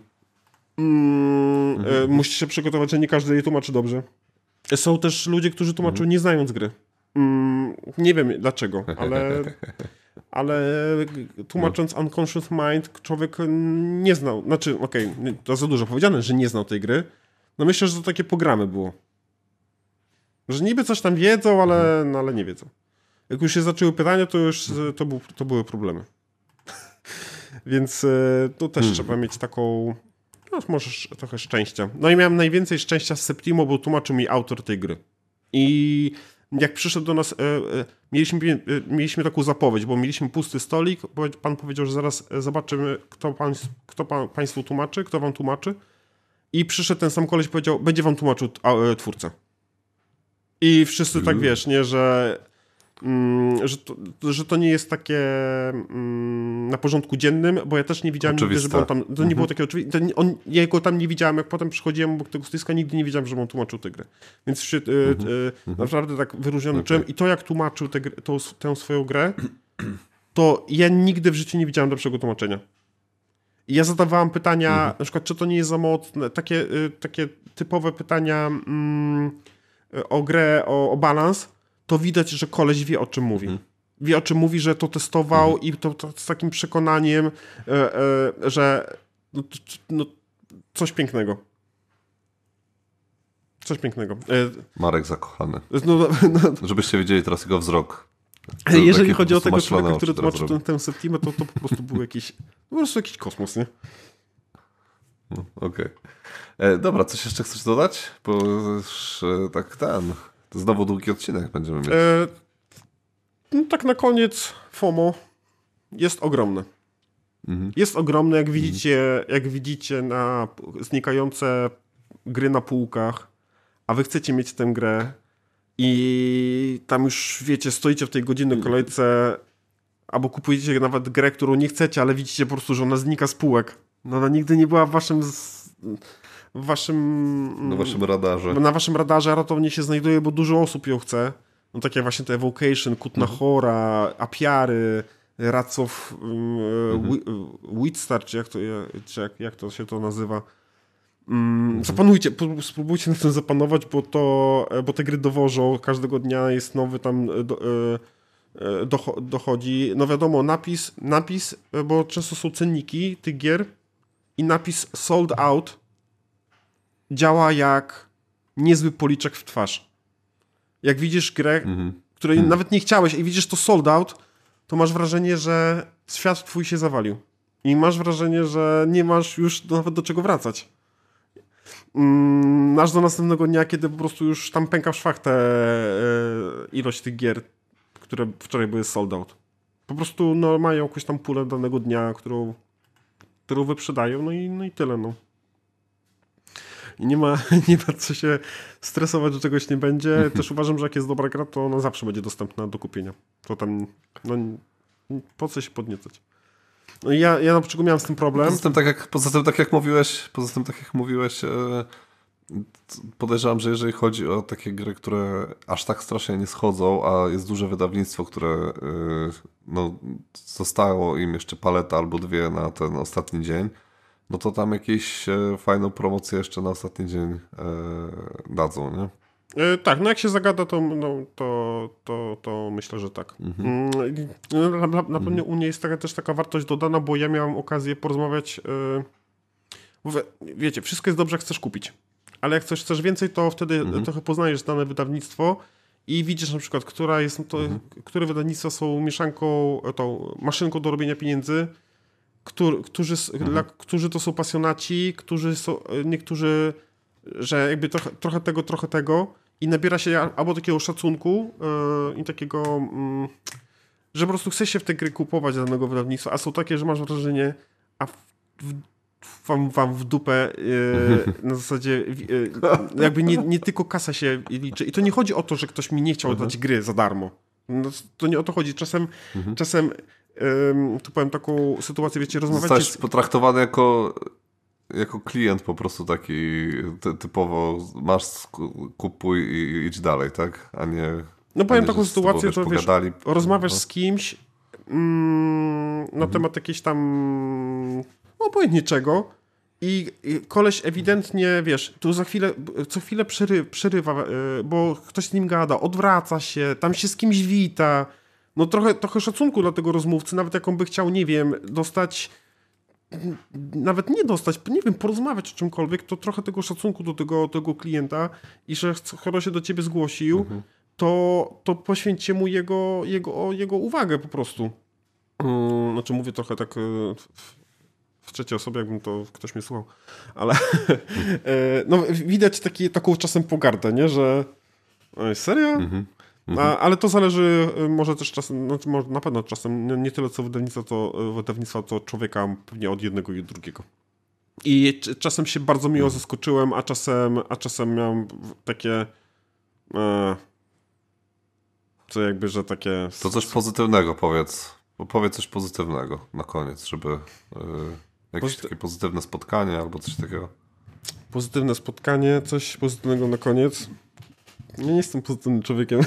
Musisz się przygotować, że nie każdy je tłumaczy dobrze. Są też ludzie, którzy tłumaczą nie znając gry. Nie wiem dlaczego, ale tłumacząc Unconscious Mind, człowiek nie znał, znaczy to za dużo powiedziane, że nie znał tej gry. No myślę, że to takie programy było. Że niby coś tam wiedzą, ale nie wiedzą. Jak już się zaczęły pytania, to już to były problemy. Więc tu też trzeba mieć taką, no może trochę szczęścia. No i miałem najwięcej szczęścia z Septimo, bo tłumaczył mi autor tej gry. I jak przyszedł do nas, mieliśmy taką zapowiedź, bo mieliśmy pusty stolik, bo pan powiedział, że zaraz zobaczymy, kto państwu tłumaczy, kto wam tłumaczy. I przyszedł ten sam koleś i powiedział, będzie wam tłumaczył twórca. I wszyscy tak, wiesz, nie, że to nie jest takie na porządku dziennym, bo ja też nie widziałem nigdy, żeby on tam, to nie było takie oczywiste, ja go tam nie widziałem, jak potem przychodziłem obok tego stoiska, nigdy nie wiedziałem, że on tłumaczył tę grę. Więc się naprawdę tak wyróżniony czułem i to jak tłumaczył tę swoją grę, to ja nigdy w życiu nie widziałem lepszego tłumaczenia. I ja zadawałem pytania, na przykład, czy to nie jest za mocne, takie typowe pytania o grę, o balans, to widać, że koleś wie, o czym mówi. Wie, o czym mówi, że to testował i to z takim przekonaniem, że coś pięknego. Coś pięknego. Marek zakochany. No, żebyście widzieli teraz jego wzrok. Jeżeli chodzi o tego człowieka, który tłumaczył tę Septimę, to po prostu był jakiś kosmos, nie? Okej. Dobra, coś jeszcze chcesz dodać? Bo już to znowu długi odcinek będziemy mieć. No tak na koniec FOMO jest ogromne. Jest ogromne, jak widzicie na znikające gry na półkach, a wy chcecie mieć tę grę i tam już, wiecie, stoicie w tej godzinnej kolejce albo kupujecie nawet grę, którą nie chcecie, ale widzicie po prostu, że ona znika z półek. No ona nigdy nie była w waszym radarze. Na waszym radarze ratownie się znajduje, bo dużo osób ją chce. No takie właśnie te Evocation, Kutna Hora, Apiary, Rats of Witstar, czy jak to się to nazywa. Zapanujcie, spróbujcie na tym zapanować, bo te gry dowożą, każdego dnia jest nowy tam dochodzi. No wiadomo, napis, bo często są cenniki tych gier i napis sold out działa jak niezły policzek w twarz. Jak widzisz grę, której nawet nie chciałeś i widzisz to sold out, to masz wrażenie, że świat twój się zawalił. I masz wrażenie, że nie masz już nawet do czego wracać. Aż do następnego dnia, kiedy po prostu już tam pęka w szwach ilość tych gier, które wczoraj były sold out. Po prostu mają jakąś tam pulę danego dnia, którą wyprzedają, no i tyle, no. i nie ma co się stresować, że czegoś nie będzie. Też uważam, że jak jest dobra gra, to ona zawsze będzie dostępna do kupienia. To tam, no po co się podniecać? No i ja na początku miałem z tym problem. Poza tym tak jak mówiłeś, podejrzewam, że jeżeli chodzi o takie gry, które aż tak strasznie nie schodzą, a jest duże wydawnictwo, które no, zostało im jeszcze paleta albo dwie na ten ostatni dzień, no to tam jakieś fajną promocję jeszcze na ostatni dzień dadzą, nie? Tak, no jak się zagada, to myślę, że tak. Na pewno u mnie jest też taka wartość dodana, bo ja miałem okazję porozmawiać. Wiecie, wszystko jest dobrze, jak chcesz kupić. Ale jak chcesz więcej, to wtedy trochę poznajesz dane wydawnictwo i widzisz na przykład, które wydawnictwa są mieszanką, tą maszynką do robienia pieniędzy, którzy to są pasjonaci, niektórzy, że jakby trochę tego i nabiera się albo takiego szacunku i takiego, że po prostu chce się w te gry kupować danego wydawnictwa, a są takie, że masz wrażenie, a wam w dupę na zasadzie jakby nie tylko kasa się liczy. I to nie chodzi o to, że ktoś mi nie chciał dać gry za darmo. No, to nie o to chodzi. Czasem tu powiem taką sytuację, wiecie, rozmawiacie... Zostałeś potraktowany jako klient po prostu taki typowo masz, kupuj i idź dalej, tak? A nie... No powiem taką sytuację, że wiesz, rozmawiasz no. z kimś na temat jakiejś tam obojętnie czego i koleś ewidentnie, wiesz, tu co chwilę przerywa, bo ktoś z nim gada, odwraca się, tam się z kimś wita. No trochę szacunku dla tego rozmówcy, nawet jak on by chciał, nie wiem, dostać, nawet nie dostać, nie wiem, porozmawiać o czymkolwiek, to trochę tego szacunku do tego klienta i że skoro się do ciebie zgłosił, to poświęćcie mu jego uwagę po prostu. Znaczy mówię trochę tak w trzeciej osobie, jakbym to ktoś mnie słuchał, ale no, widać taką czasem pogardę, nie, że serio? Ale to zależy może też czasem, znaczy na pewno czasem, nie tyle co wydawnictwa, to człowieka pewnie od jednego i od drugiego. I czasem się bardzo miło zaskoczyłem, a czasem miałem takie co jakby, że takie... To coś pozytywnego powiedz. Powiedz coś pozytywnego na koniec, żeby jakieś takie pozytywne spotkanie albo coś takiego. Pozytywne spotkanie, coś pozytywnego na koniec. Ja nie jestem pozytywnym człowiekiem.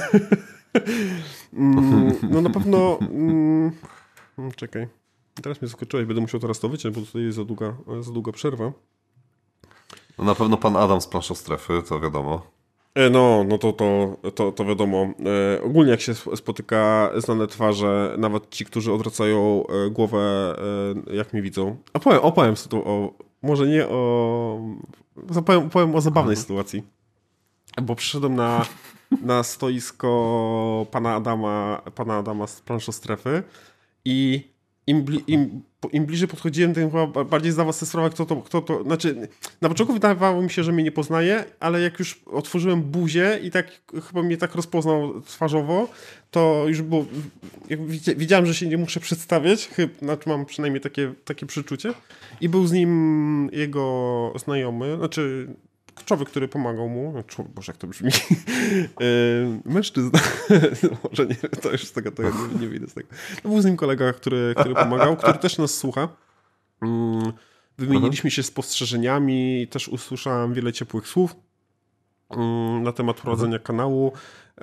No na pewno... Czekaj. Teraz mnie zaskoczyłeś, będę musiał teraz to wyciąć, bo tutaj jest za długa przerwa. No na pewno pan Adam z Planszą Strefy, to wiadomo. No to wiadomo. Ogólnie jak się spotyka znane twarze, nawet ci, którzy odwracają głowę, jak mnie widzą. A opowiem może nie o... Opowiem o zabawnej sytuacji. Bo przyszedłem na stoisko pana Adama z Planszą Strefy i im bliżej podchodziłem, tym chyba bardziej zdawał sobie sprawę, kto to... Znaczy, na początku wydawało mi się, że mnie nie poznaje, ale jak już otworzyłem buzię i tak chyba mnie tak rozpoznał twarzowo, to już było... Wiedziałem, że się nie muszę przedstawiać, znaczy mam przynajmniej takie przeczucie. I był z nim jego znajomy, znaczy... człowiek, który pomagał mu, Boże, jak to brzmi, mężczyzna, może nie, to już z tego nie wyjdę z tego. To był z nim kolega, który pomagał, który też nas słucha. Wymieniliśmy się spostrzeżeniami i też usłyszałem wiele ciepłych słów na temat prowadzenia kanału,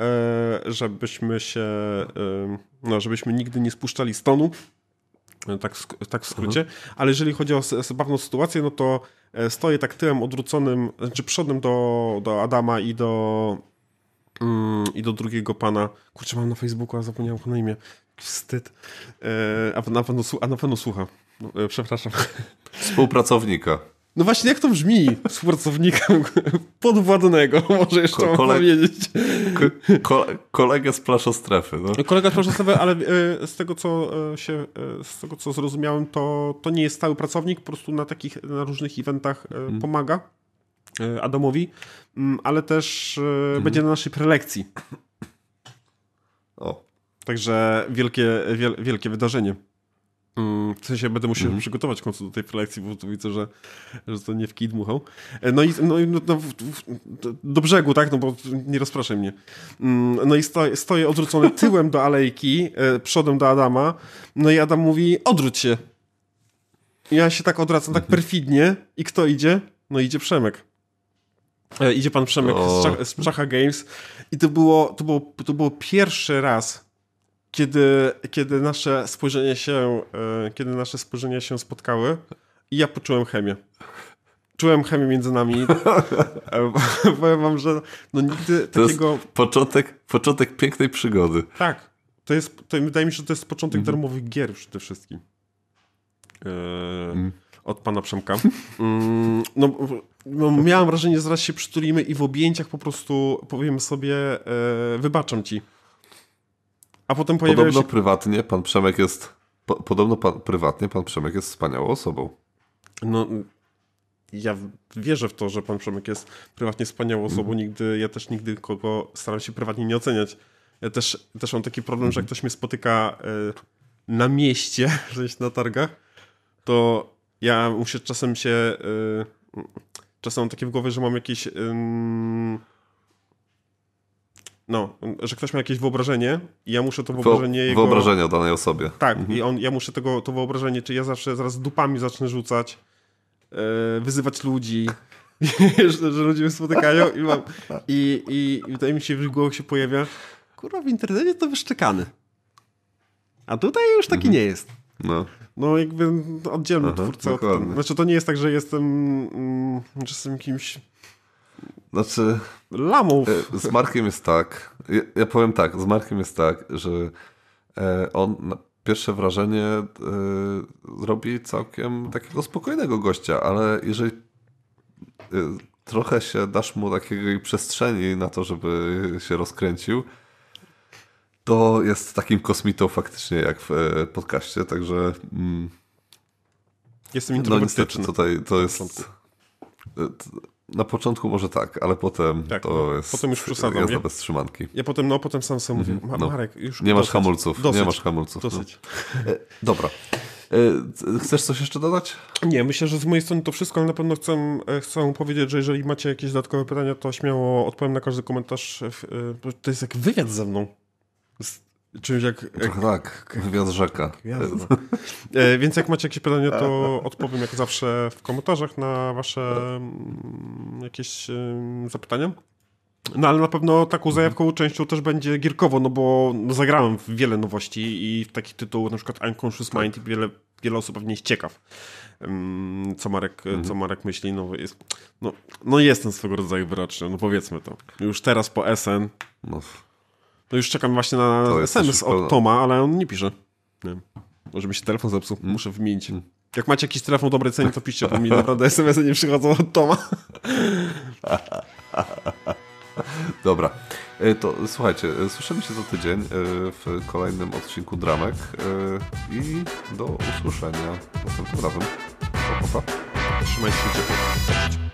żebyśmy nigdy nie spuszczali z tonu. Tak w skrócie, ale jeżeli chodzi o zabawną sytuację, no to stoję tak tyłem odwróconym, znaczy przodem do Adama i do drugiego pana. Kurczę, mam na Facebooku, a zapomniałem go na imię. Wstyd. A na pewno słucha. Przepraszam. Współpracownika. No właśnie, jak to brzmi? Współpracownika podwładnego, może jeszcze mam powiedzieć. Kolegę z Planszą Strefy. No. Kolega z Planszą Strefy, ale z tego co zrozumiałem, to nie jest stały pracownik, po prostu na różnych eventach pomaga Adamowi, ale też będzie na naszej prelekcji. O. Także wielkie wydarzenie. W sensie będę musiał przygotować w końcu do tej prelekcji, bo tu widzę, że to nie w kij dmuchał. No, do brzegu, tak? No bo nie rozpraszaj mnie. No i stoję odwrócony tyłem do alejki, przodem do Adama. No i Adam mówi, odwróć się. I ja się tak odwracam, tak perfidnie. I kto idzie? No idzie Przemek. Idzie pan Przemek z Czacha Games. I to było pierwszy raz, kiedy nasze spojrzenia się spotkały i ja poczułem chemię. Czułem chemię między nami. Powiem wam, że no nigdy takiego... To jest początek pięknej przygody. Tak. Wydaje mi się, że to jest początek darmowych gier przede wszystkim. Od pana Przemka. No, miałem wrażenie, że zaraz się przytulimy i w objęciach po prostu powiemy sobie wybaczam ci. A potem Podobno prywatnie pan Przemek jest pan Przemek jest wspaniałą osobą. No, ja wierzę w to, że pan Przemek jest prywatnie wspaniałą osobą. Ja też nigdy kogo staram się prywatnie nie oceniać. Ja też mam taki problem, że jak ktoś mnie spotyka na mieście, w sensie na targach, to ja muszę czasem mam takie w głowie, że mam jakieś że ktoś ma jakieś wyobrażenie i ja muszę to wyobrażenie wyobrażenie o danej osobie. Tak, i ja muszę to wyobrażenie, czy ja zawsze zaraz dupami zacznę rzucać, wyzywać ludzi, że ludzie mnie spotykają i wydaje mi się, że w głowie się pojawia, kurwa, w internecie to wyszczekany. A tutaj już taki nie jest. No jakby oddzielny twórca od tego. Znaczy to nie jest tak, że jestem kimś... Znaczy... lamą. Z Markiem jest tak, ja powiem tak, z Markiem jest tak, że on na pierwsze wrażenie zrobi całkiem takiego spokojnego gościa, ale jeżeli trochę się dasz mu takiej przestrzeni na to, żeby się rozkręcił, to jest takim kosmitą faktycznie jak w podcaście, także jestem introwertyczny. No niestety tutaj to jest na początku może tak, ale potem to jest potem już przesadzam, jazda bez trzymanki. Ja potem sam sobie mówię, Marek, już nie masz hamulców. Dosyć. Nie masz hamulców. Dosyć. Dobra. Chcesz coś jeszcze dodać? Nie, myślę, że z mojej strony to wszystko, ale na pewno chcę powiedzieć, że jeżeli macie jakieś dodatkowe pytania, to śmiało odpowiem na każdy komentarz. To jest jak wywiad ze mną. Czymś tak, wywiad rzeka. Więc jak macie jakieś pytania, to odpowiem jak zawsze w komentarzach na wasze jakieś zapytania. No ale na pewno taką zajawkową częścią też będzie gierkowo, no bo zagrałem w wiele nowości i w takich tytułów, na przykład Unconscious Mind, i wiele osób pewnie jest ciekaw, co Marek myśli. No jestem swego rodzaju wyroczny, no powiedzmy to. Już teraz po SN... No już czekam właśnie na SMS od Toma, ale on nie pisze. Nie wiem. Może mi się telefon zepsuł. Muszę wymienić. Jak macie jakiś telefon dobrej ceny, to piszcie, bo mi naprawdę SMS-y nie przychodzą od Toma. Dobra. To słuchajcie, słyszymy się za tydzień w kolejnym odcinku Dramek i do usłyszenia następnym razem. Pa. Trzymajcie się ciepło.